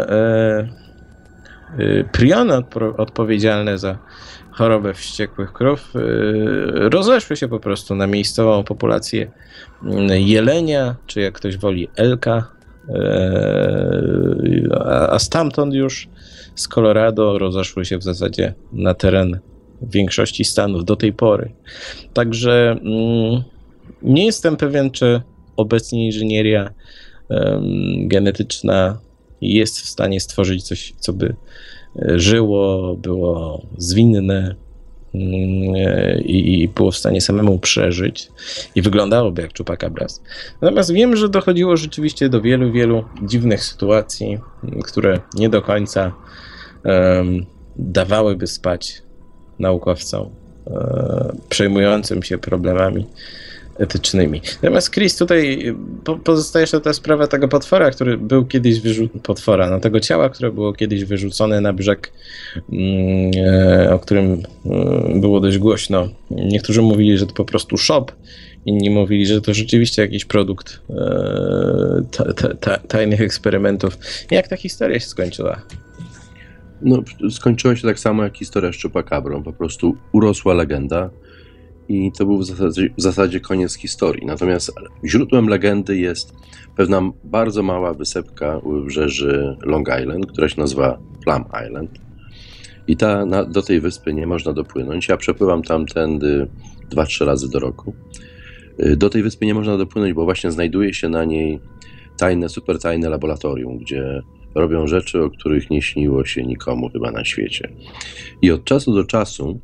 priony odpo- odpowiedzialne za chorobę wściekłych krów rozeszły się po prostu na miejscową populację jelenia, czy jak ktoś woli elka, a stamtąd już z Colorado rozeszły się w zasadzie na teren większości stanów do tej pory. Także mm, nie jestem pewien, czy obecnie inżynieria um, genetyczna jest w stanie stworzyć coś, co by żyło, było zwinne i było w stanie samemu przeżyć i wyglądałoby jak Chupacabras. Natomiast wiem, że dochodziło rzeczywiście do wielu, wielu dziwnych sytuacji, które nie do końca um, dawałyby spać naukowcom um, przejmującym się problemami etycznymi. Natomiast Chris, tutaj pozostaje jeszcze ta sprawa tego potwora, który był kiedyś wyrzucony, potwora, no tego ciała, które było kiedyś wyrzucone na brzeg, o którym było dość głośno. Niektórzy mówili, że to po prostu szop, inni mówili, że to rzeczywiście jakiś produkt ta, ta, ta, tajnych eksperymentów. Jak ta historia się skończyła? No, skończyła się tak samo jak historia z Chupacabrą. Po prostu urosła legenda i to był w zasadzie, w zasadzie koniec historii. Natomiast źródłem legendy jest pewna bardzo mała wysepka u wybrzeży Long Island, która się nazywa Plum Island. I ta, na, do tej wyspy nie można dopłynąć. Ja przepływam tamtędy dwa, trzy razy do roku. Do tej wyspy nie można dopłynąć, bo właśnie znajduje się na niej tajne, super tajne laboratorium, gdzie robią rzeczy, o których nie śniło się nikomu chyba na świecie. I od czasu do czasu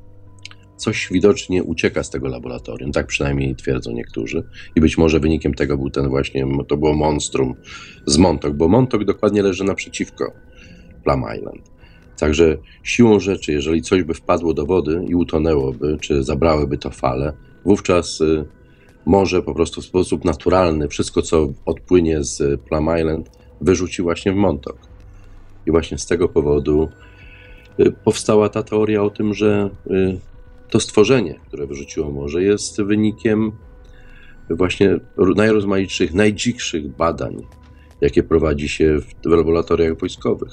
coś widocznie ucieka z tego laboratorium, tak przynajmniej twierdzą niektórzy. I być może wynikiem tego był ten właśnie, to było monstrum z Montauk, bo Montauk dokładnie leży naprzeciwko Plum Island. Także siłą rzeczy, jeżeli coś by wpadło do wody i utonęłoby, czy zabrałyby to fale, wówczas y, morze po prostu w sposób naturalny wszystko, co odpłynie z Plum Island, wyrzuci właśnie w Montauk. I właśnie z tego powodu y, powstała ta teoria o tym, że y, to stworzenie, które wyrzuciło morze, jest wynikiem właśnie najrozmaitszych, najdzikszych badań, jakie prowadzi się w laboratoriach wojskowych.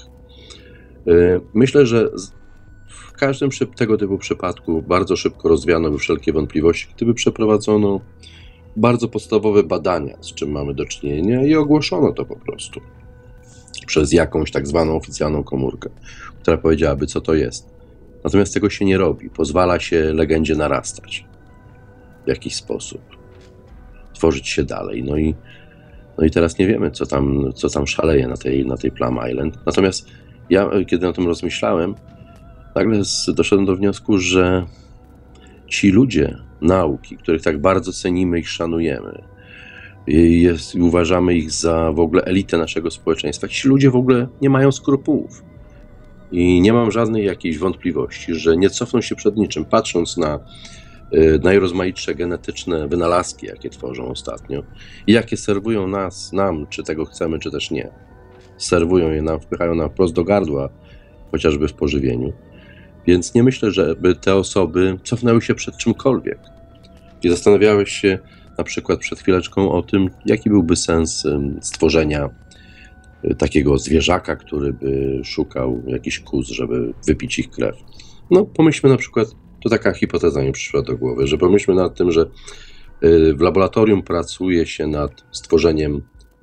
Myślę, że w każdym tego typu przypadku bardzo szybko rozwiano by wszelkie wątpliwości, gdyby przeprowadzono bardzo podstawowe badania, z czym mamy do czynienia, i ogłoszono to po prostu przez jakąś tak zwaną oficjalną komórkę, która powiedziałaby, co to jest. Natomiast tego się nie robi. Pozwala się legendzie narastać w jakiś sposób, tworzyć się dalej. No i, no i teraz nie wiemy, co tam, co tam szaleje na tej, na tej Plum Island. Natomiast ja, kiedy o tym rozmyślałem, nagle doszedłem do wniosku, że ci ludzie nauki, których tak bardzo cenimy i szanujemy, jest, uważamy ich za w ogóle elitę naszego społeczeństwa, ci ludzie w ogóle nie mają skrupułów. I nie mam żadnej jakiejś wątpliwości, że nie cofną się przed niczym, patrząc na najrozmaitsze genetyczne wynalazki, jakie tworzą ostatnio i jakie serwują nas, nam, czy tego chcemy, czy też nie. Serwują je nam, wpychają nam wprost do gardła, chociażby w pożywieniu. Więc nie myślę, żeby te osoby cofnęły się przed czymkolwiek. I zastanawiałeś się na przykład przed chwileczką o tym, jaki byłby sens stworzenia takiego zwierzaka, który by szukał jakichś kóz, żeby wypić ich krew. No pomyślmy na przykład, to taka hipoteza mi przyszła do głowy, że pomyślmy nad tym, że w laboratorium pracuje się nad stworzeniem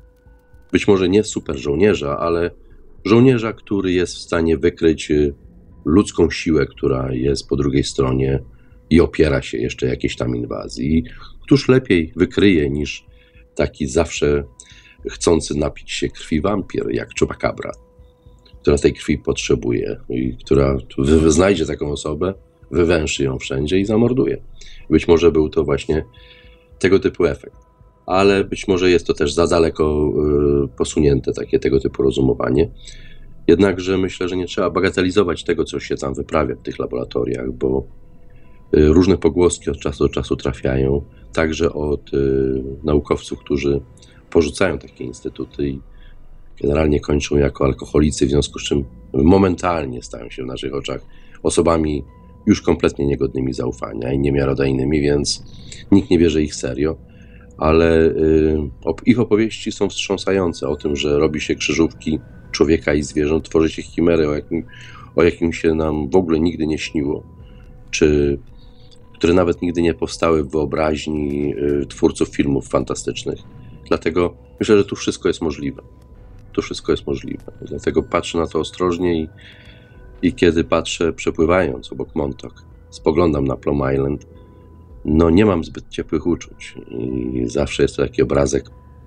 być może nie super żołnierza, ale żołnierza, który jest w stanie wykryć ludzką siłę, która jest po drugiej stronie i opiera się jeszcze jakiejś tam inwazji. I któż lepiej wykryje niż taki zawsze chcący napić się krwi wampir, jak Chupacabra, która tej krwi potrzebuje i która znajdzie taką osobę, wywęszy ją wszędzie i zamorduje. Być może był to właśnie tego typu efekt, ale być może jest to też za daleko posunięte takie tego typu rozumowanie. Jednakże myślę, że nie trzeba bagatelizować tego, co się tam wyprawia w tych laboratoriach, bo różne pogłoski od czasu do czasu trafiają, także od naukowców, którzy porzucają takie instytuty i generalnie kończą jako alkoholicy, w związku z czym momentalnie stają się w naszych oczach osobami już kompletnie niegodnymi zaufania i niemiarodajnymi, więc nikt nie bierze ich serio, ale y, ich opowieści są wstrząsające o tym, że robi się krzyżówki człowieka i zwierząt, tworzy się chimery, o jakim, o jakim się nam w ogóle nigdy nie śniło, czy które nawet nigdy nie powstały w wyobraźni y, twórców filmów fantastycznych. Dlatego myślę, że tu wszystko jest możliwe. Tu wszystko jest możliwe. Dlatego patrzę na to ostrożnie i, i kiedy patrzę, przepływając obok Montauk, spoglądam na Plum Island, no nie mam zbyt ciepłych uczuć. I zawsze jest to taki obrazek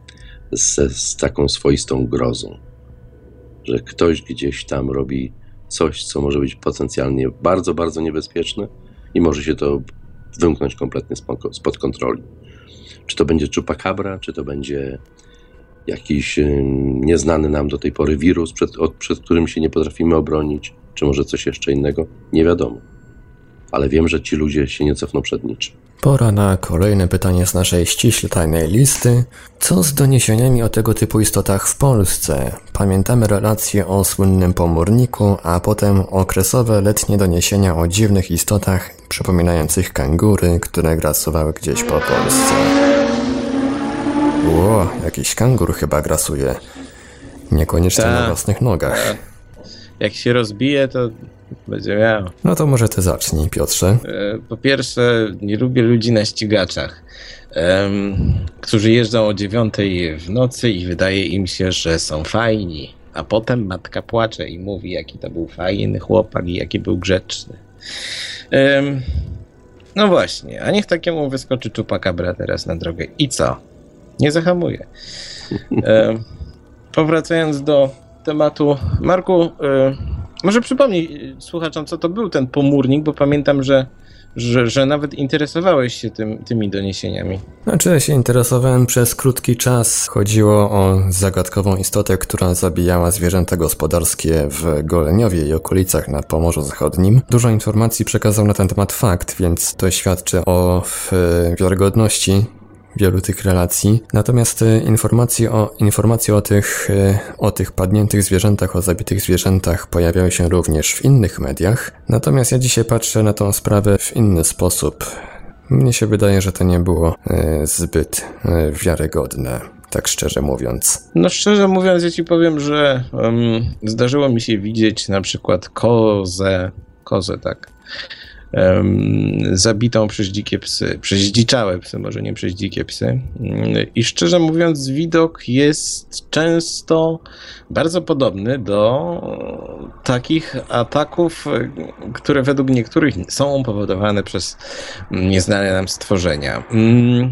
z, z taką swoistą grozą, że ktoś gdzieś tam robi coś, co może być potencjalnie bardzo, bardzo niebezpieczne i może się to wymknąć kompletnie spod, spod kontroli. Czy to będzie Chupacabra, czy to będzie jakiś nieznany nam do tej pory wirus, przed, od, przed którym się nie potrafimy obronić, czy może coś jeszcze innego, nie wiadomo. Ale wiem, że ci ludzie się nie cofną przed niczym. Pora na kolejne pytanie z naszej ściśle tajnej listy. Co z doniesieniami o tego typu istotach w Polsce? Pamiętamy relacje o słynnym pomorniku, a potem okresowe letnie doniesienia o dziwnych istotach przypominających kangury, które grasowały gdzieś po Polsce. Ło, jakiś kangur chyba grasuje. Niekoniecznie Ta. na własnych nogach. Jak się rozbije, to będzie miał. No to może ty zacznij, Piotrze. Po pierwsze, nie lubię ludzi na ścigaczach, um, którzy jeżdżą o dziewiątej w nocy i wydaje im się, że są fajni. A potem matka płacze i mówi, jaki to był fajny chłopak i jaki był grzeczny. Um, no właśnie, a niech takiemu wyskoczy Chupacabra teraz na drogę. I co? Nie zahamuje. Um, powracając do tematu, Marku, y, może przypomnij słuchaczom, co to był ten pomórnik, bo pamiętam, że, że, że nawet interesowałeś się tym, tymi doniesieniami. Znaczy ja się interesowałem przez krótki czas. Chodziło o zagadkową istotę, która zabijała zwierzęta gospodarskie w Goleniowie i okolicach na Pomorzu Zachodnim. Dużo informacji przekazał na ten temat fakt, więc to świadczy o wiarygodności wielu tych relacji. Natomiast informacje o, informacje o tych, o tych padniętych zwierzętach, o zabitych zwierzętach pojawiały się również w innych mediach. Natomiast ja dzisiaj patrzę na tą sprawę w inny sposób. Mnie się wydaje, że to nie było e, zbyt e, wiarygodne, tak szczerze mówiąc. No szczerze mówiąc, ja ci powiem, że um, zdarzyło mi się widzieć na przykład kozę, kozę tak, Um, zabitą przez dzikie psy, przez zdziczałe psy, może nie przez dzikie psy. I szczerze mówiąc, widok jest często bardzo podobny do takich ataków, które według niektórych są powodowane przez nieznane nam stworzenia. Um,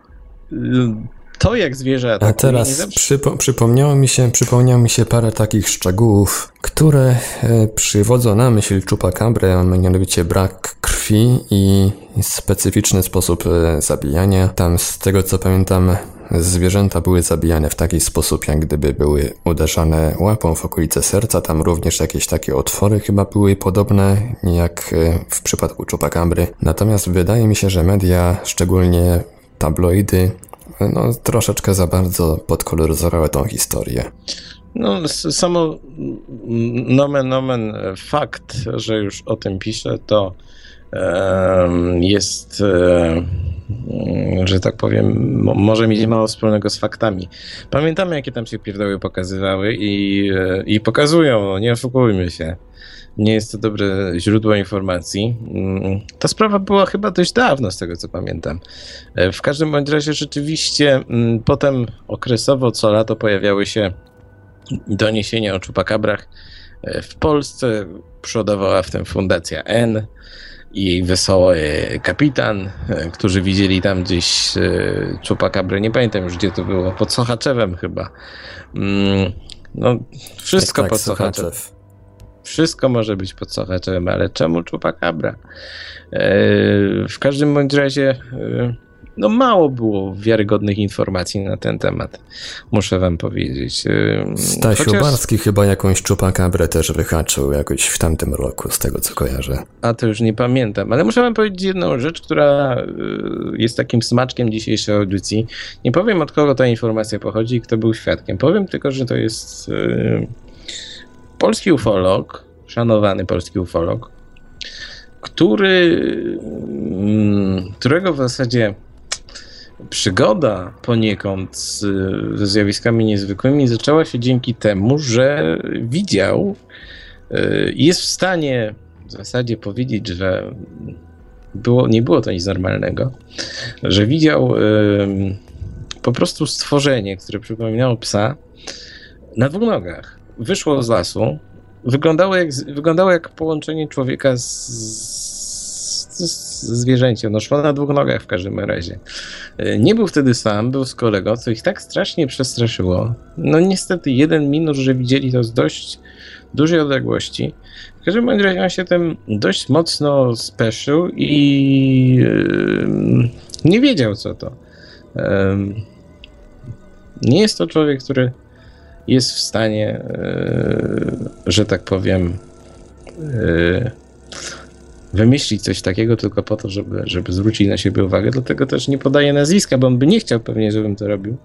To jak zwierzę atakuje... A teraz zawsze... przypo- przypomniało mi się, przypomniało mi się parę takich szczegółów, które e, przywodzą na myśl Chupacabrę, a mianowicie brak krwi i specyficzny sposób e, zabijania. Tam z tego co pamiętam zwierzęta były zabijane w taki sposób, jak gdyby były uderzane łapą w okolice serca. Tam również jakieś takie otwory chyba były podobne jak w przypadku Chupacabry. Natomiast wydaje mi się, że media, szczególnie tabloidy, no troszeczkę za bardzo podkoloryzowały tą historię. No, samo nomen omen fakt, że już o tym piszę, to e, jest, e, że tak powiem, może mieć mało wspólnego z faktami. Pamiętamy, jakie tam się pierdoły pokazywały i, i pokazują, nie oszukujmy się. Nie jest to dobre źródło informacji. Ta sprawa była chyba dość dawno, z tego co pamiętam. W każdym bądź razie rzeczywiście potem okresowo co lato pojawiały się doniesienia o Chupacabrach. W Polsce przodowała w tym Fundacja N i jej wesoły kapitan, którzy widzieli tam gdzieś Chupacabrę. Nie pamiętam już, gdzie to było. Pod Sochaczewem chyba. No, wszystko tak, tak, pod Sochaczewem. Wszystko może być pod Sochaczewem, ale czemu Chupacabra? W każdym bądź razie no mało było wiarygodnych informacji na ten temat, muszę wam powiedzieć. Stasiu Chociaż... Barski chyba jakąś Chupacabrę też wyhaczył jakoś w tamtym roku, z tego co kojarzę. A to już nie pamiętam, ale muszę wam powiedzieć jedną rzecz, która jest takim smaczkiem dzisiejszej audycji. Nie powiem, od kogo ta informacja pochodzi i kto był świadkiem. Powiem tylko, że to jest polski ufolog, szanowany polski ufolog, który, którego w zasadzie przygoda poniekąd z, ze zjawiskami niezwykłymi zaczęła się dzięki temu, że widział i jest w stanie w zasadzie powiedzieć, że było, nie było to nic normalnego, że widział po prostu stworzenie, które przypominało psa na dwóch nogach. Wyszło z lasu, wyglądało jak, wyglądało jak połączenie człowieka z, z, z zwierzęciem. No szło na dwóch nogach w każdym razie. Nie był wtedy sam, był z kolegą, co ich tak strasznie przestraszyło. No niestety jeden minus, że widzieli to z dość dużej odległości. W każdym razie on się tym dość mocno speszył i yy, nie wiedział co to. Yy, nie jest to człowiek, który jest w stanie, yy, że tak powiem, yy, wymyślić coś takiego tylko po to, żeby, żeby zwrócić na siebie uwagę. Dlatego też nie podaję nazwiska, bo on by nie chciał pewnie, żebym to robił.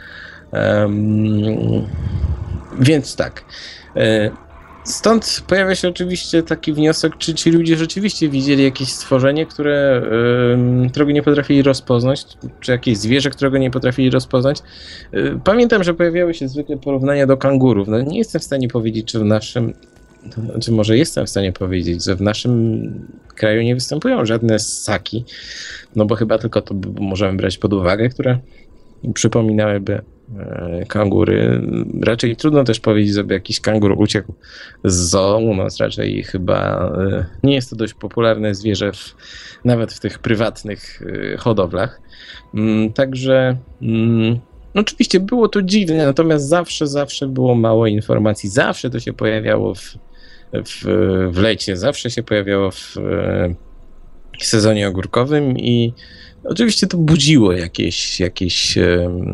Um, więc tak. Yy, Stąd pojawia się oczywiście taki wniosek, czy ci ludzie rzeczywiście widzieli jakieś stworzenie, które, yy, którego nie potrafili rozpoznać, czy jakieś zwierzę, którego nie potrafili rozpoznać. Yy, pamiętam, że pojawiały się zwykle porównania do kangurów. No, nie jestem w stanie powiedzieć, czy w naszym, czy może jestem w stanie powiedzieć, że w naszym kraju nie występują żadne ssaki, no bo chyba tylko to możemy brać pod uwagę, które przypominałyby kangury. Raczej trudno też powiedzieć, żeby jakiś kangur uciekł z zoo. U nas raczej chyba nie jest to dość popularne zwierzę w, nawet w tych prywatnych hodowlach. Także no oczywiście było to dziwne, natomiast zawsze, zawsze było mało informacji. Zawsze to się pojawiało w, w, w lecie, zawsze się pojawiało w, w sezonie ogórkowym i oczywiście to budziło jakieś, jakieś, um,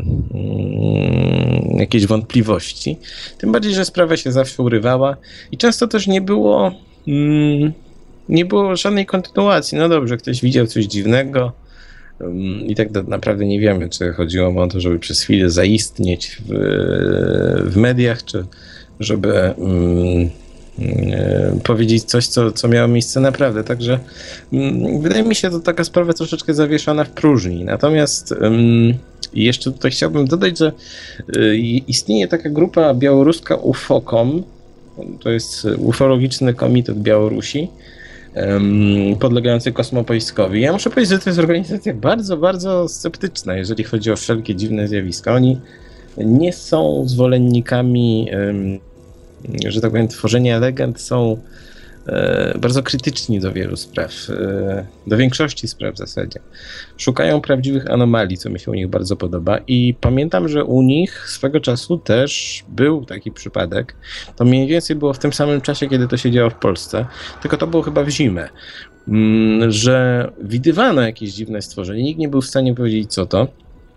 jakieś wątpliwości. Tym bardziej, że sprawa się zawsze urywała i często też nie było, um, nie było żadnej kontynuacji. No dobrze, ktoś widział coś dziwnego um, i tak naprawdę nie wiemy, czy chodziło mu o to, żeby przez chwilę zaistnieć w, w mediach, czy żeby um, powiedzieć coś, co, co miało miejsce naprawdę. Także um, wydaje mi się to taka sprawa troszeczkę zawieszona w próżni. Natomiast um, jeszcze tutaj chciałbym dodać, że y, istnieje taka grupa białoruska UFOKOM, to jest Ufologiczny Komitet Białorusi, um, podlegający Kosmopojskowi. Ja muszę powiedzieć, że to jest organizacja bardzo, bardzo sceptyczna, jeżeli chodzi o wszelkie dziwne zjawiska. Oni nie są zwolennikami um, że tak powiem, tworzenia legend, są e, bardzo krytyczni do wielu spraw, e, do większości spraw w zasadzie. Szukają prawdziwych anomalii, co mi się u nich bardzo podoba i pamiętam, że u nich swego czasu też był taki przypadek, to mniej więcej było w tym samym czasie, kiedy to się działo w Polsce, tylko to było chyba w zimę, m, że widywano jakieś dziwne stworzenie, nikt nie był w stanie powiedzieć co to.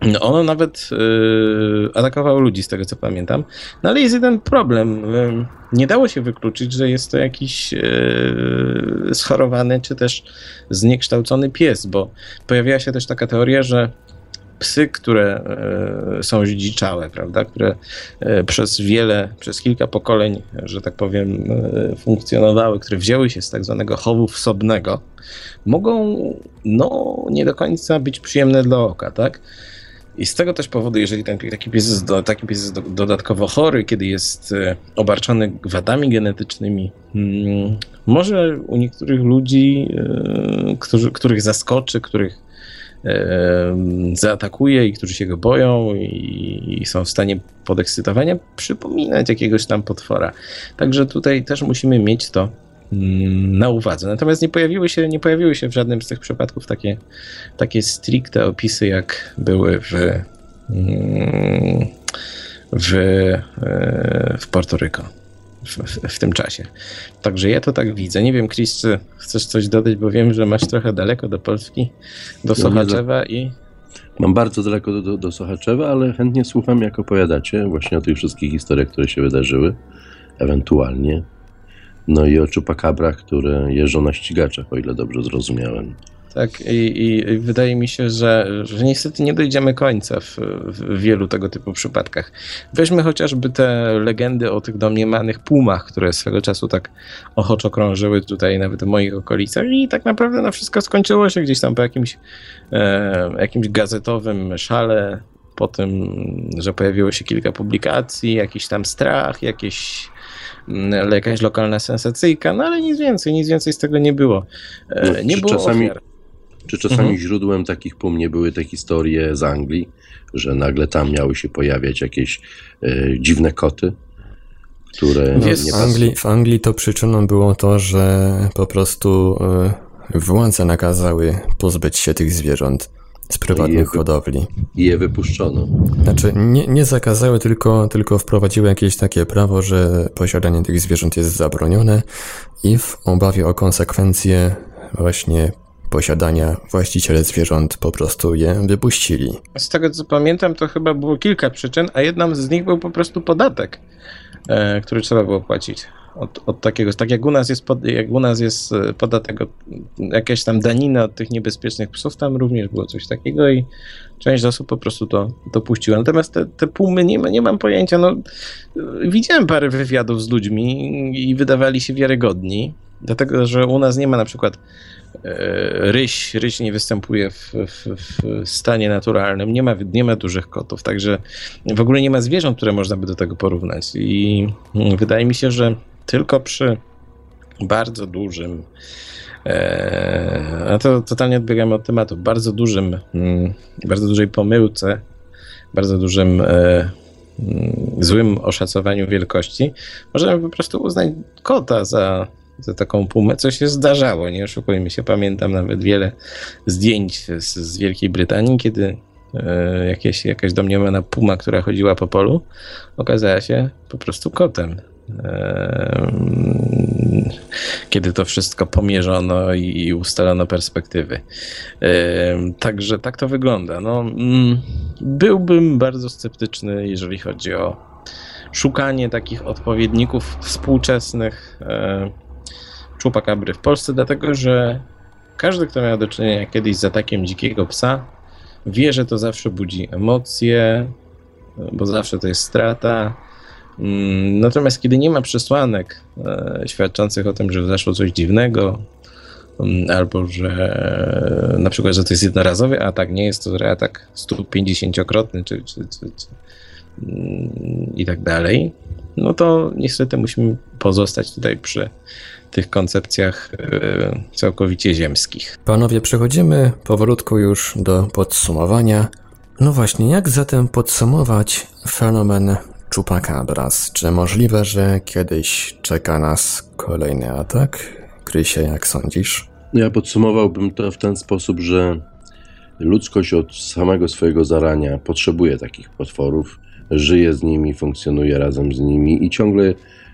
No ono nawet yy, atakowało ludzi, z tego co pamiętam. No ale jest jeden problem. Yy, nie dało się wykluczyć, że jest to jakiś yy, schorowany czy też zniekształcony pies, bo pojawiła się też taka teoria, że psy, które yy, są zdziczałe, prawda, które yy, przez wiele, przez kilka pokoleń, że tak powiem, yy, funkcjonowały, które wzięły się z tak zwanego chowu wsobnego, mogą no nie do końca być przyjemne dla oka, tak? I z tego też powodu, jeżeli ten, taki pies jest, do, taki pies jest do, dodatkowo chory, kiedy jest e, obarczony wadami genetycznymi, hmm, może u niektórych ludzi, e, którzy, których zaskoczy, których e, zaatakuje i którzy się go boją i, i są w stanie podekscytowania, przypominać jakiegoś tam potwora. Także tutaj też musimy mieć to na uwadze. Natomiast nie pojawiły się, nie pojawiły się w żadnym z tych przypadków takie, takie stricte opisy, jak były w, w, w Porto Rico w, w, w tym czasie. Także ja to tak widzę. Nie wiem, Chris, czy chcesz coś dodać, bo wiem, że masz trochę daleko do Polski, do Sochaczewa i... Mam bardzo daleko do, do, do Sochaczewa, ale chętnie słucham, jak opowiadacie właśnie o tych wszystkich historiach, które się wydarzyły, ewentualnie. No i o czupakabrach, które jeżdżą na ścigaczach, o ile dobrze zrozumiałem. Tak, i, i wydaje mi się, że, że niestety nie dojdziemy końca w, w wielu tego typu przypadkach. Weźmy chociażby te legendy o tych domniemanych pumach, które swego czasu tak ochoczo krążyły tutaj nawet w moich okolicach i tak naprawdę no wszystko skończyło się gdzieś tam po jakimś, e, jakimś gazetowym szale, po tym, że pojawiło się kilka publikacji, jakiś tam strach, jakieś jakaś lokalna sensacyjka, no ale nic więcej, nic więcej z tego nie było. E, nie czy było czasami, ofiar. Czy czasami Mhm. źródłem takich pum nie były te historie z Anglii, że nagle tam miały się pojawiać jakieś e, dziwne koty, które No, nie jest W pasują? Anglii, w Anglii to przyczyną było to, że po prostu y, władze nakazały pozbyć się tych zwierząt z prywatnych Je wy- hodowli. I je wypuszczono. Znaczy nie, nie zakazały, tylko, tylko wprowadziły jakieś takie prawo, że posiadanie tych zwierząt jest zabronione i w obawie o konsekwencje właśnie posiadania właściciele zwierząt po prostu je wypuścili. Z tego co pamiętam, to chyba było kilka przyczyn, a jedną z nich był po prostu podatek, e, który trzeba było płacić. Od, od takiego, tak jak u nas jest, pod, jak u nas jest podatek, od, jakaś tam danina od tych niebezpiecznych psów, tam również było coś takiego i część osób po prostu to, to puściła. Natomiast te, te pumy, nie, nie mam pojęcia, no widziałem parę wywiadów z ludźmi i wydawali się wiarygodni, dlatego, że u nas nie ma na przykład Ryś, ryś nie występuje w, w, w stanie naturalnym, nie ma, nie ma dużych kotów, także w ogóle nie ma zwierząt, które można by do tego porównać i wydaje mi się, że tylko przy bardzo dużym, e, a to totalnie odbiegamy od tematu, bardzo dużym, mm, bardzo dużej pomyłce, bardzo dużym e, mm, złym oszacowaniu wielkości, możemy po prostu uznać kota za za taką pumę, co się zdarzało, nie oszukujmy się, pamiętam nawet wiele zdjęć z, z Wielkiej Brytanii, kiedy e, jakieś, jakaś domniemana puma, która chodziła po polu, okazała się po prostu kotem. E, kiedy to wszystko pomierzono i, i ustalono perspektywy. E, także tak to wygląda. No, mm, byłbym bardzo sceptyczny, jeżeli chodzi o szukanie takich odpowiedników współczesnych e, czupakabry w Polsce, dlatego że każdy, kto miał do czynienia kiedyś z atakiem dzikiego psa, wie, że to zawsze budzi emocje, bo zawsze to jest strata. Natomiast kiedy nie ma przesłanek e, świadczących o tym, że zaszło coś dziwnego, albo że na przykład, że to jest jednorazowy atak, nie jest to atak sto pięćdziesięciokrotny, czy, czy, czy, czy i tak dalej, no to niestety musimy pozostać tutaj przy tych koncepcjach całkowicie ziemskich. Panowie, przechodzimy powolutku już do podsumowania. No właśnie, jak zatem podsumować fenomen Chupacabras? Czy możliwe, że kiedyś czeka nas kolejny atak? Krysie, jak sądzisz? Ja podsumowałbym to w ten sposób, że ludzkość od samego swojego zarania potrzebuje takich potworów, żyje z nimi, funkcjonuje razem z nimi i ciągle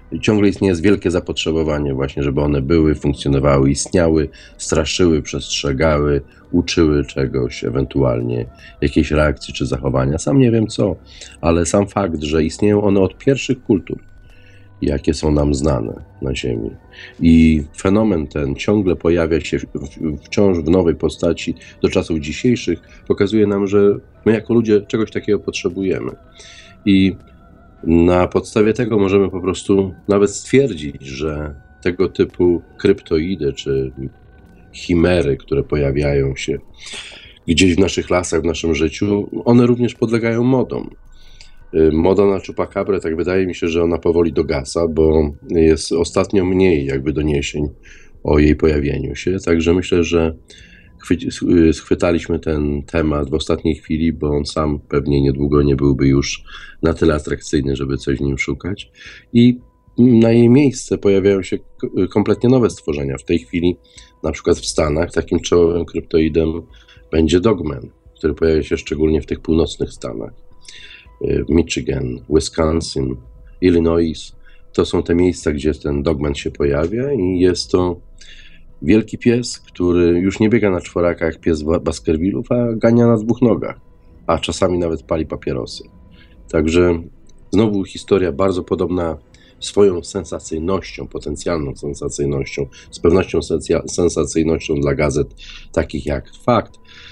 ciągle istnieje wielkie zapotrzebowanie właśnie, żeby one były, funkcjonowały, istniały, straszyły, przestrzegały, uczyły czegoś, ewentualnie jakiejś reakcji czy zachowania. Sam nie wiem co, ale sam fakt, że istnieją one od pierwszych kultur, jakie są nam znane na Ziemi. I fenomen ten ciągle pojawia się wciąż w nowej postaci do czasów dzisiejszych, pokazuje nam, że my jako ludzie czegoś takiego potrzebujemy. I na podstawie tego możemy po prostu nawet stwierdzić, że tego typu kryptoidy czy chimery, które pojawiają się gdzieś w naszych lasach, w naszym życiu, one również podlegają modom. Moda na Chupacabra, tak wydaje mi się, że ona powoli dogasa, bo jest ostatnio mniej jakby doniesień o jej pojawieniu się, także myślę, że schwytaliśmy ten temat w ostatniej chwili, bo on sam pewnie niedługo nie byłby już na tyle atrakcyjny, żeby coś w nim szukać. I na jej miejsce pojawiają się kompletnie nowe stworzenia. W tej chwili, na przykład w Stanach, takim czołowym kryptoidem będzie Dogman, który pojawia się szczególnie w tych północnych Stanach. Michigan, Wisconsin, Illinois. To są te miejsca, gdzie ten Dogman się pojawia i jest to wielki pies, który już nie biega na czworakach jak pies Baskervillów, a gania na dwóch nogach, a czasami nawet pali papierosy. Także znowu historia bardzo podobna swoją sensacyjnością, potencjalną sensacyjnością, z pewnością sensacyjnością dla gazet takich jak Fakt,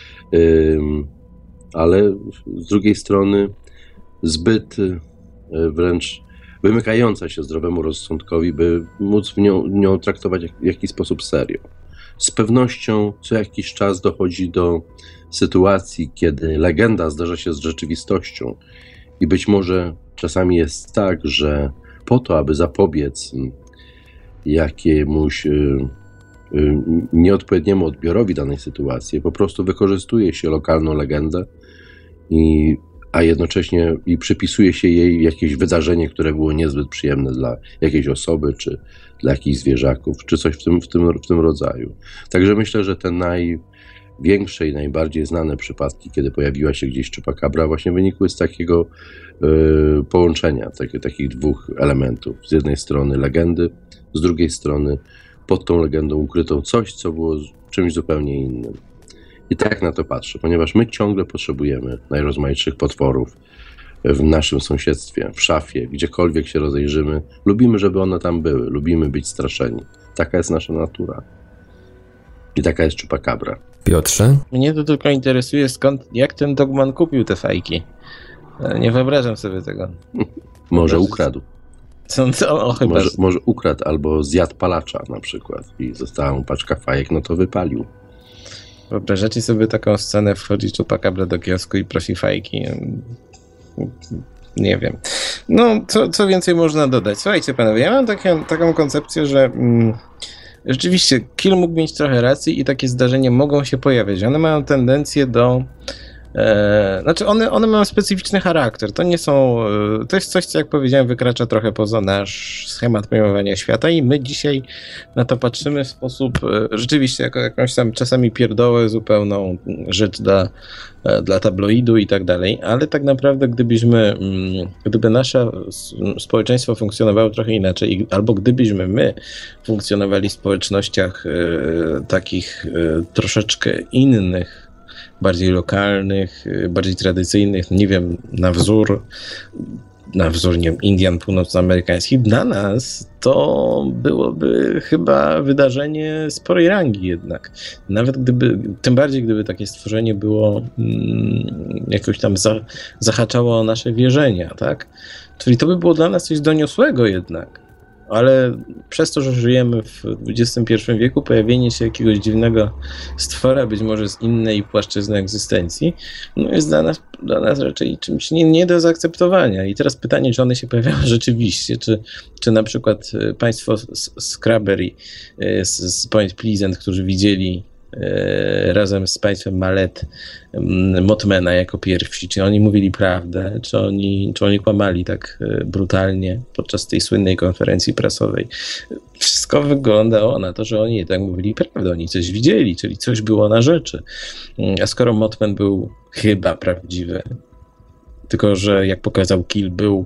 ale z drugiej strony zbyt wręcz wymykająca się zdrowemu rozsądkowi, by móc w nią, nią traktować w jakiś sposób serio. Z pewnością co jakiś czas dochodzi do sytuacji, kiedy legenda zdarza się z rzeczywistością i być może czasami jest tak, że po to, aby zapobiec jakiemuś nieodpowiedniemu odbiorowi danej sytuacji, po prostu wykorzystuje się lokalną legendę i a jednocześnie i przypisuje się jej jakieś wydarzenie, które było niezbyt przyjemne dla jakiejś osoby, czy dla jakichś zwierzaków, czy coś w tym, w tym, w tym rodzaju. Także myślę, że te największe i najbardziej znane przypadki, kiedy pojawiła się gdzieś Chupacabra, właśnie wynikły z takiego y, połączenia, tak, takich dwóch elementów. Z jednej strony legendy, z drugiej strony pod tą legendą ukrytą coś, co było czymś zupełnie innym. I tak na to patrzę, ponieważ my ciągle potrzebujemy najrozmaitszych potworów w naszym sąsiedztwie, w szafie, gdziekolwiek się rozejrzymy. Lubimy, żeby one tam były, lubimy być straszeni. Taka jest nasza natura. I taka jest Chupacabra. Piotrze? Mnie to tylko interesuje, skąd, jak ten Dogman kupił te fajki. Nie wyobrażam sobie tego. Może ukradł. Co, co, o, chyba. Może, może ukradł albo zjadł palacza na przykład i została mu paczka fajek, no to wypalił. Wyobrażacie sobie taką scenę, wchodzi Chupacabra do kiosku i prosi fajki. Nie wiem. No, co, co więcej można dodać? Słuchajcie panowie, ja mam takie, taką koncepcję, że mm, rzeczywiście Kill mógł mieć trochę racji i takie zdarzenia mogą się pojawiać. One mają tendencję do... E, znaczy one, one mają specyficzny charakter. To nie są... E, to jest coś, co jak powiedziałem wykracza trochę poza nasz schemat pojmowania świata i my dzisiaj na to patrzymy w sposób e, rzeczywiście jako jakąś tam czasami pierdołę, zupełną rzecz dla, e, dla tabloidu i tak dalej, ale tak naprawdę gdybyśmy, mm, gdyby nasze społeczeństwo funkcjonowało trochę inaczej albo gdybyśmy my funkcjonowali w społecznościach e, takich e, troszeczkę innych, bardziej lokalnych, bardziej tradycyjnych, nie wiem, na wzór, na wzór, nie wiem, Indian północnoamerykańskich, dla nas to byłoby chyba wydarzenie sporej rangi jednak. Nawet gdyby, tym bardziej gdyby takie stworzenie było mm, jakoś tam za, zahaczało o nasze wierzenia, tak? Czyli to by było dla nas coś doniosłego jednak. Ale przez to, że żyjemy w dwudziestym pierwszym wieku, pojawienie się jakiegoś dziwnego stwora, być może z innej płaszczyzny egzystencji, no jest dla nas, dla nas raczej czymś nie, nie do zaakceptowania. I teraz pytanie, czy one się pojawiają rzeczywiście, czy, czy na przykład państwo z, z Crabbery, z, z Point Pleasant, którzy widzieli razem z państwem Mallet Mothmana jako pierwsi, czy oni mówili prawdę, czy oni, czy oni kłamali tak brutalnie podczas tej słynnej konferencji prasowej. Wszystko wyglądało na to, że oni jednak mówili prawdę, oni coś widzieli, czyli coś było na rzeczy. A skoro Mothman był chyba prawdziwy, tylko że jak pokazał Kill był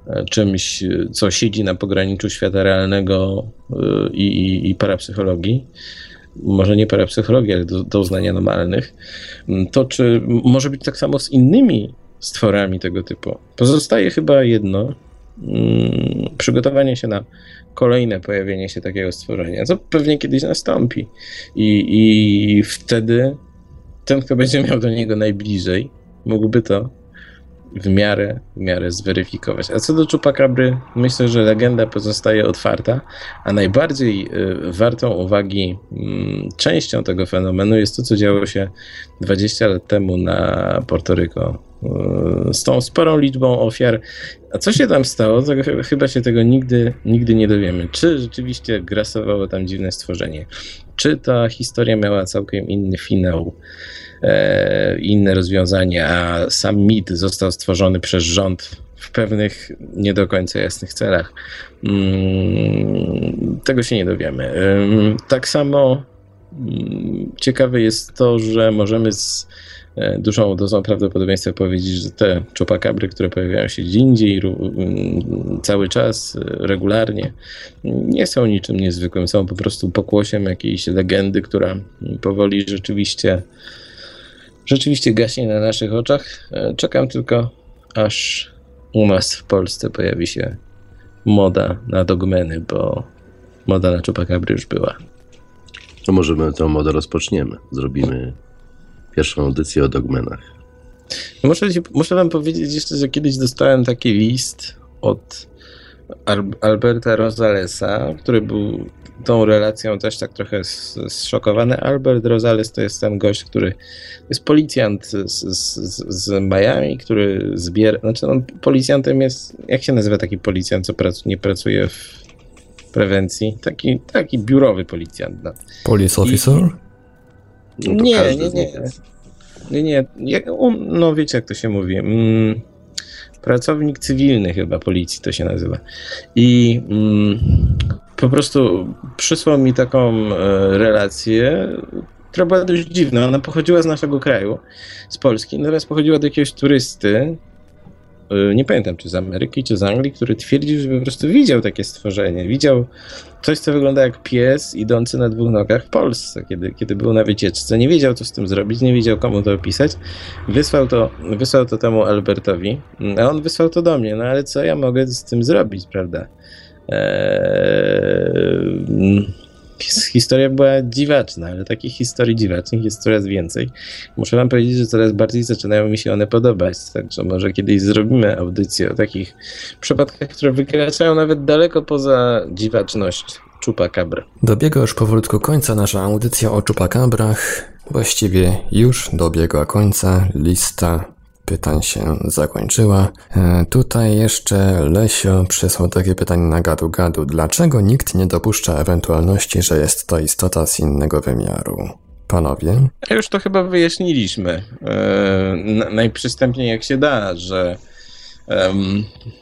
czymś, co siedzi na pograniczu świata realnego i, i, i parapsychologii, może nie parapsychologii, ale do, doznań anomalnych, to czy może być tak samo z innymi stworami tego typu? Pozostaje chyba jedno, hmm, przygotowanie się na kolejne pojawienie się takiego stworzenia, co pewnie kiedyś nastąpi. I, i wtedy ten, kto będzie miał do niego najbliżej, mógłby to w miarę, w miarę zweryfikować. A co do Chupacabry, myślę, że legenda pozostaje otwarta, a najbardziej y, wartą uwagi y, częścią tego fenomenu jest to, co działo się dwadzieścia lat temu na Porto Rico. Y, z tą sporą liczbą ofiar. A co się tam stało, to ch- chyba się tego nigdy, nigdy nie dowiemy. Czy rzeczywiście grasowało tam dziwne stworzenie? Czy ta historia miała całkiem inny finał? Inne rozwiązanie, a sam mit został stworzony przez rząd w pewnych nie do końca jasnych celach. Tego się nie dowiemy. Tak samo ciekawe jest to, że możemy z dużą dozą prawdopodobieństwa powiedzieć, że te Chupacabry, które pojawiają się gdzie indziej cały czas, regularnie, nie są niczym niezwykłym, są po prostu pokłosiem jakiejś legendy, która powoli rzeczywiście Rzeczywiście gaśnie na naszych oczach. Czekam tylko, aż u nas w Polsce pojawi się moda na dogmeny, bo moda na Chupacabry już była. To może my tę modę rozpoczniemy. Zrobimy pierwszą audycję o dogmenach. Muszę, ci, muszę wam powiedzieć jeszcze, że kiedyś dostałem taki list od Alberta Rosalesa, który był tą relacją też tak trochę zszokowany. Albert Rosales to jest ten gość, który jest policjant z, z, z Miami, który zbiera, znaczy on policjantem jest, jak się nazywa taki policjant, co prac, nie pracuje w prewencji? Taki, taki biurowy policjant. No. Police officer? I, no nie, nie, nie. Nie, nie. No wiecie, jak to się mówi. Mm, pracownik cywilny chyba policji to się nazywa. I mm, po prostu przysłał mi taką e, relację, która była dość dziwna. Ona pochodziła z naszego kraju, z Polski, natomiast pochodziła od jakiegoś turysty, e, nie pamiętam czy z Ameryki, czy z Anglii, który twierdził, że po prostu widział takie stworzenie. Widział coś, co wygląda jak pies idący na dwóch nogach w Polsce, kiedy, kiedy był na wycieczce. Nie wiedział, co z tym zrobić, nie wiedział, komu to opisać. Wysłał to, wysłał to temu Albertowi, a on wysłał to do mnie. No ale co ja mogę z tym zrobić, prawda? Eee, historia była dziwaczna, ale takich historii dziwacznych jest coraz więcej. Muszę wam powiedzieć, że coraz bardziej zaczynają mi się one podobać, także może kiedyś zrobimy audycję o takich przypadkach, które wykraczają nawet daleko poza dziwaczność Chupacabry. Dobiega już powolutku końca nasza audycja o Chupacabrach. Właściwie już dobiegła końca, lista pytań się zakończyła. E, tutaj jeszcze Lesio przysłał takie pytanie na gadu gadu. Dlaczego nikt nie dopuszcza ewentualności, że jest to istota z innego wymiaru? Panowie? A już to chyba wyjaśniliśmy. E, na, najprzystępniej jak się da, że um,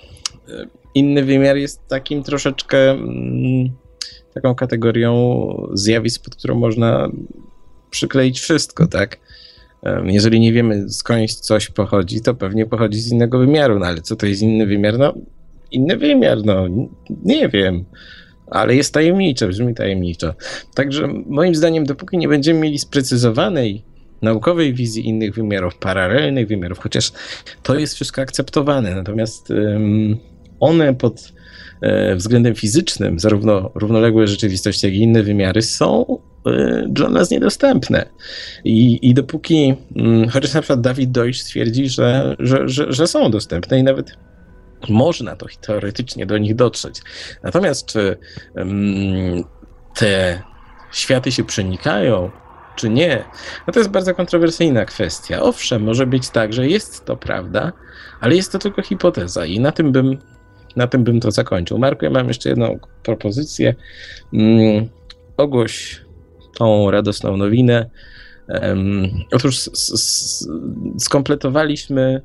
inny wymiar jest takim troszeczkę um, taką kategorią zjawisk, pod którą można przykleić wszystko, tak? Jeżeli nie wiemy, skądś coś pochodzi, to pewnie pochodzi z innego wymiaru, no ale co to jest inny wymiar? No, inny wymiar, no, nie wiem, ale jest tajemniczo, brzmi tajemniczo. Także moim zdaniem, dopóki nie będziemy mieli sprecyzowanej naukowej wizji innych wymiarów, paralelnych wymiarów, chociaż to jest wszystko akceptowane, natomiast um, one pod e, względem fizycznym, zarówno równoległe rzeczywistości, jak i inne wymiary są dla nas niedostępne. I, i dopóki, chociaż na przykład David Deutsch twierdzi, że, że, że, że są dostępne i nawet można to teoretycznie do nich dotrzeć. Natomiast czy um, te światy się przenikają, czy nie, no to jest bardzo kontrowersyjna kwestia. Owszem, może być tak, że jest to prawda, ale jest to tylko hipoteza i na tym bym, na tym bym to zakończył. Marku, ja mam jeszcze jedną propozycję. Um, ogłoś tą radosną nowinę. Um, otóż s- s- skompletowaliśmy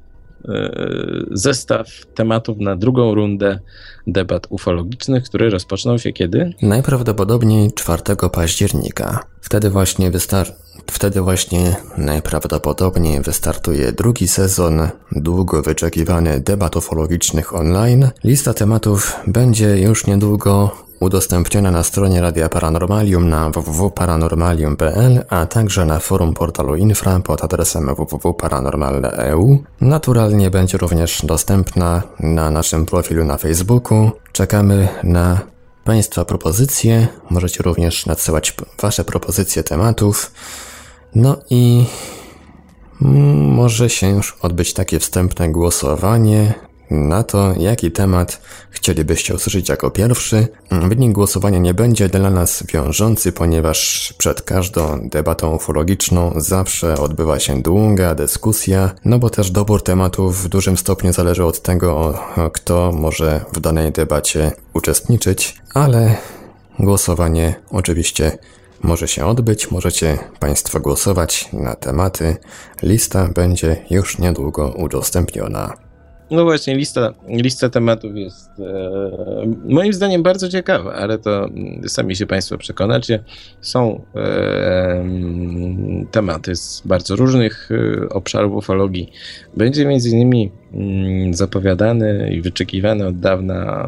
y, zestaw tematów na drugą rundę debat ufologicznych, które rozpoczną się kiedy? Najprawdopodobniej czwartego października. Wtedy właśnie wystarczy. Wtedy właśnie najprawdopodobniej wystartuje drugi sezon długo wyczekiwany debat ufologicznych online. Lista tematów będzie już niedługo udostępniona na stronie Radia Paranormalium na w w w kropka paranormalium kropka p l, a także na forum portalu Infra pod adresem w w w kropka paranormalne kropka e u. Naturalnie będzie również dostępna na naszym profilu na Facebooku. Czekamy na Państwa propozycje. Możecie również nadsyłać Wasze propozycje tematów. No i może się już odbyć takie wstępne głosowanie na to, jaki temat chcielibyście usłyszeć jako pierwszy. Wynik głosowania nie będzie dla nas wiążący, ponieważ przed każdą debatą ufologiczną zawsze odbywa się długa dyskusja, no bo też dobór tematów w dużym stopniu zależy od tego, kto może w danej debacie uczestniczyć, ale głosowanie oczywiście może się odbyć, możecie Państwo głosować na tematy. Lista będzie już niedługo udostępniona. No właśnie, lista, lista tematów jest e, moim zdaniem bardzo ciekawa, ale to sami się Państwo przekonacie. Są e, tematy z bardzo różnych e, obszarów ufologii. Będzie między innymi m, zapowiadany i wyczekiwany od dawna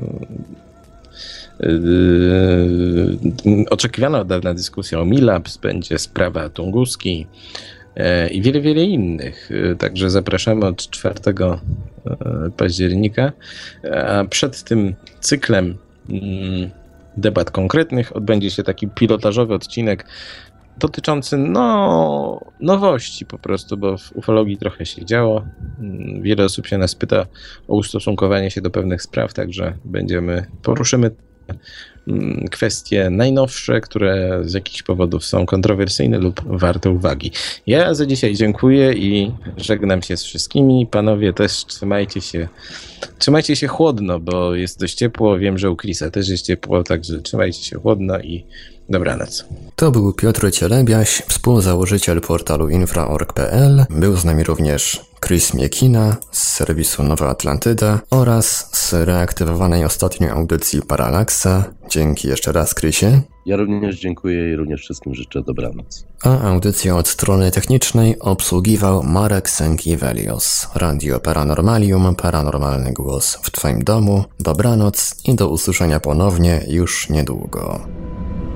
Yy, oczekiwana od dawna dyskusja o Milabs, będzie sprawa Tunguski yy, i wiele, wiele innych. Yy, także zapraszamy od czwartego października. A przed tym cyklem yy, debat konkretnych odbędzie się taki pilotażowy odcinek dotyczący no, nowości po prostu, bo w ufologii trochę się działo. Yy, wiele osób się nas pyta o ustosunkowanie się do pewnych spraw, także będziemy, poruszymy kwestie najnowsze, które z jakichś powodów są kontrowersyjne lub warte uwagi. Ja za dzisiaj dziękuję i żegnam się z wszystkimi. Panowie też trzymajcie się, trzymajcie się chłodno, bo jest dość ciepło. Wiem, że u Chrisa też jest ciepło, także trzymajcie się chłodno i dobranoc. To był Piotr Cielebiaś, współzałożyciel portalu infra kropka org kropka p l. Był z nami również Chris Miekina z serwisu Nowa Atlantyda oraz z reaktywowanej ostatnio audycji Paralaksa. Dzięki jeszcze raz, Chrisie. Ja również dziękuję i również wszystkim życzę dobranoc. A audycję od strony technicznej obsługiwał Marek Sękiewelios. Radio Paranormalium, paranormalny głos w Twoim domu. Dobranoc i do usłyszenia ponownie już niedługo.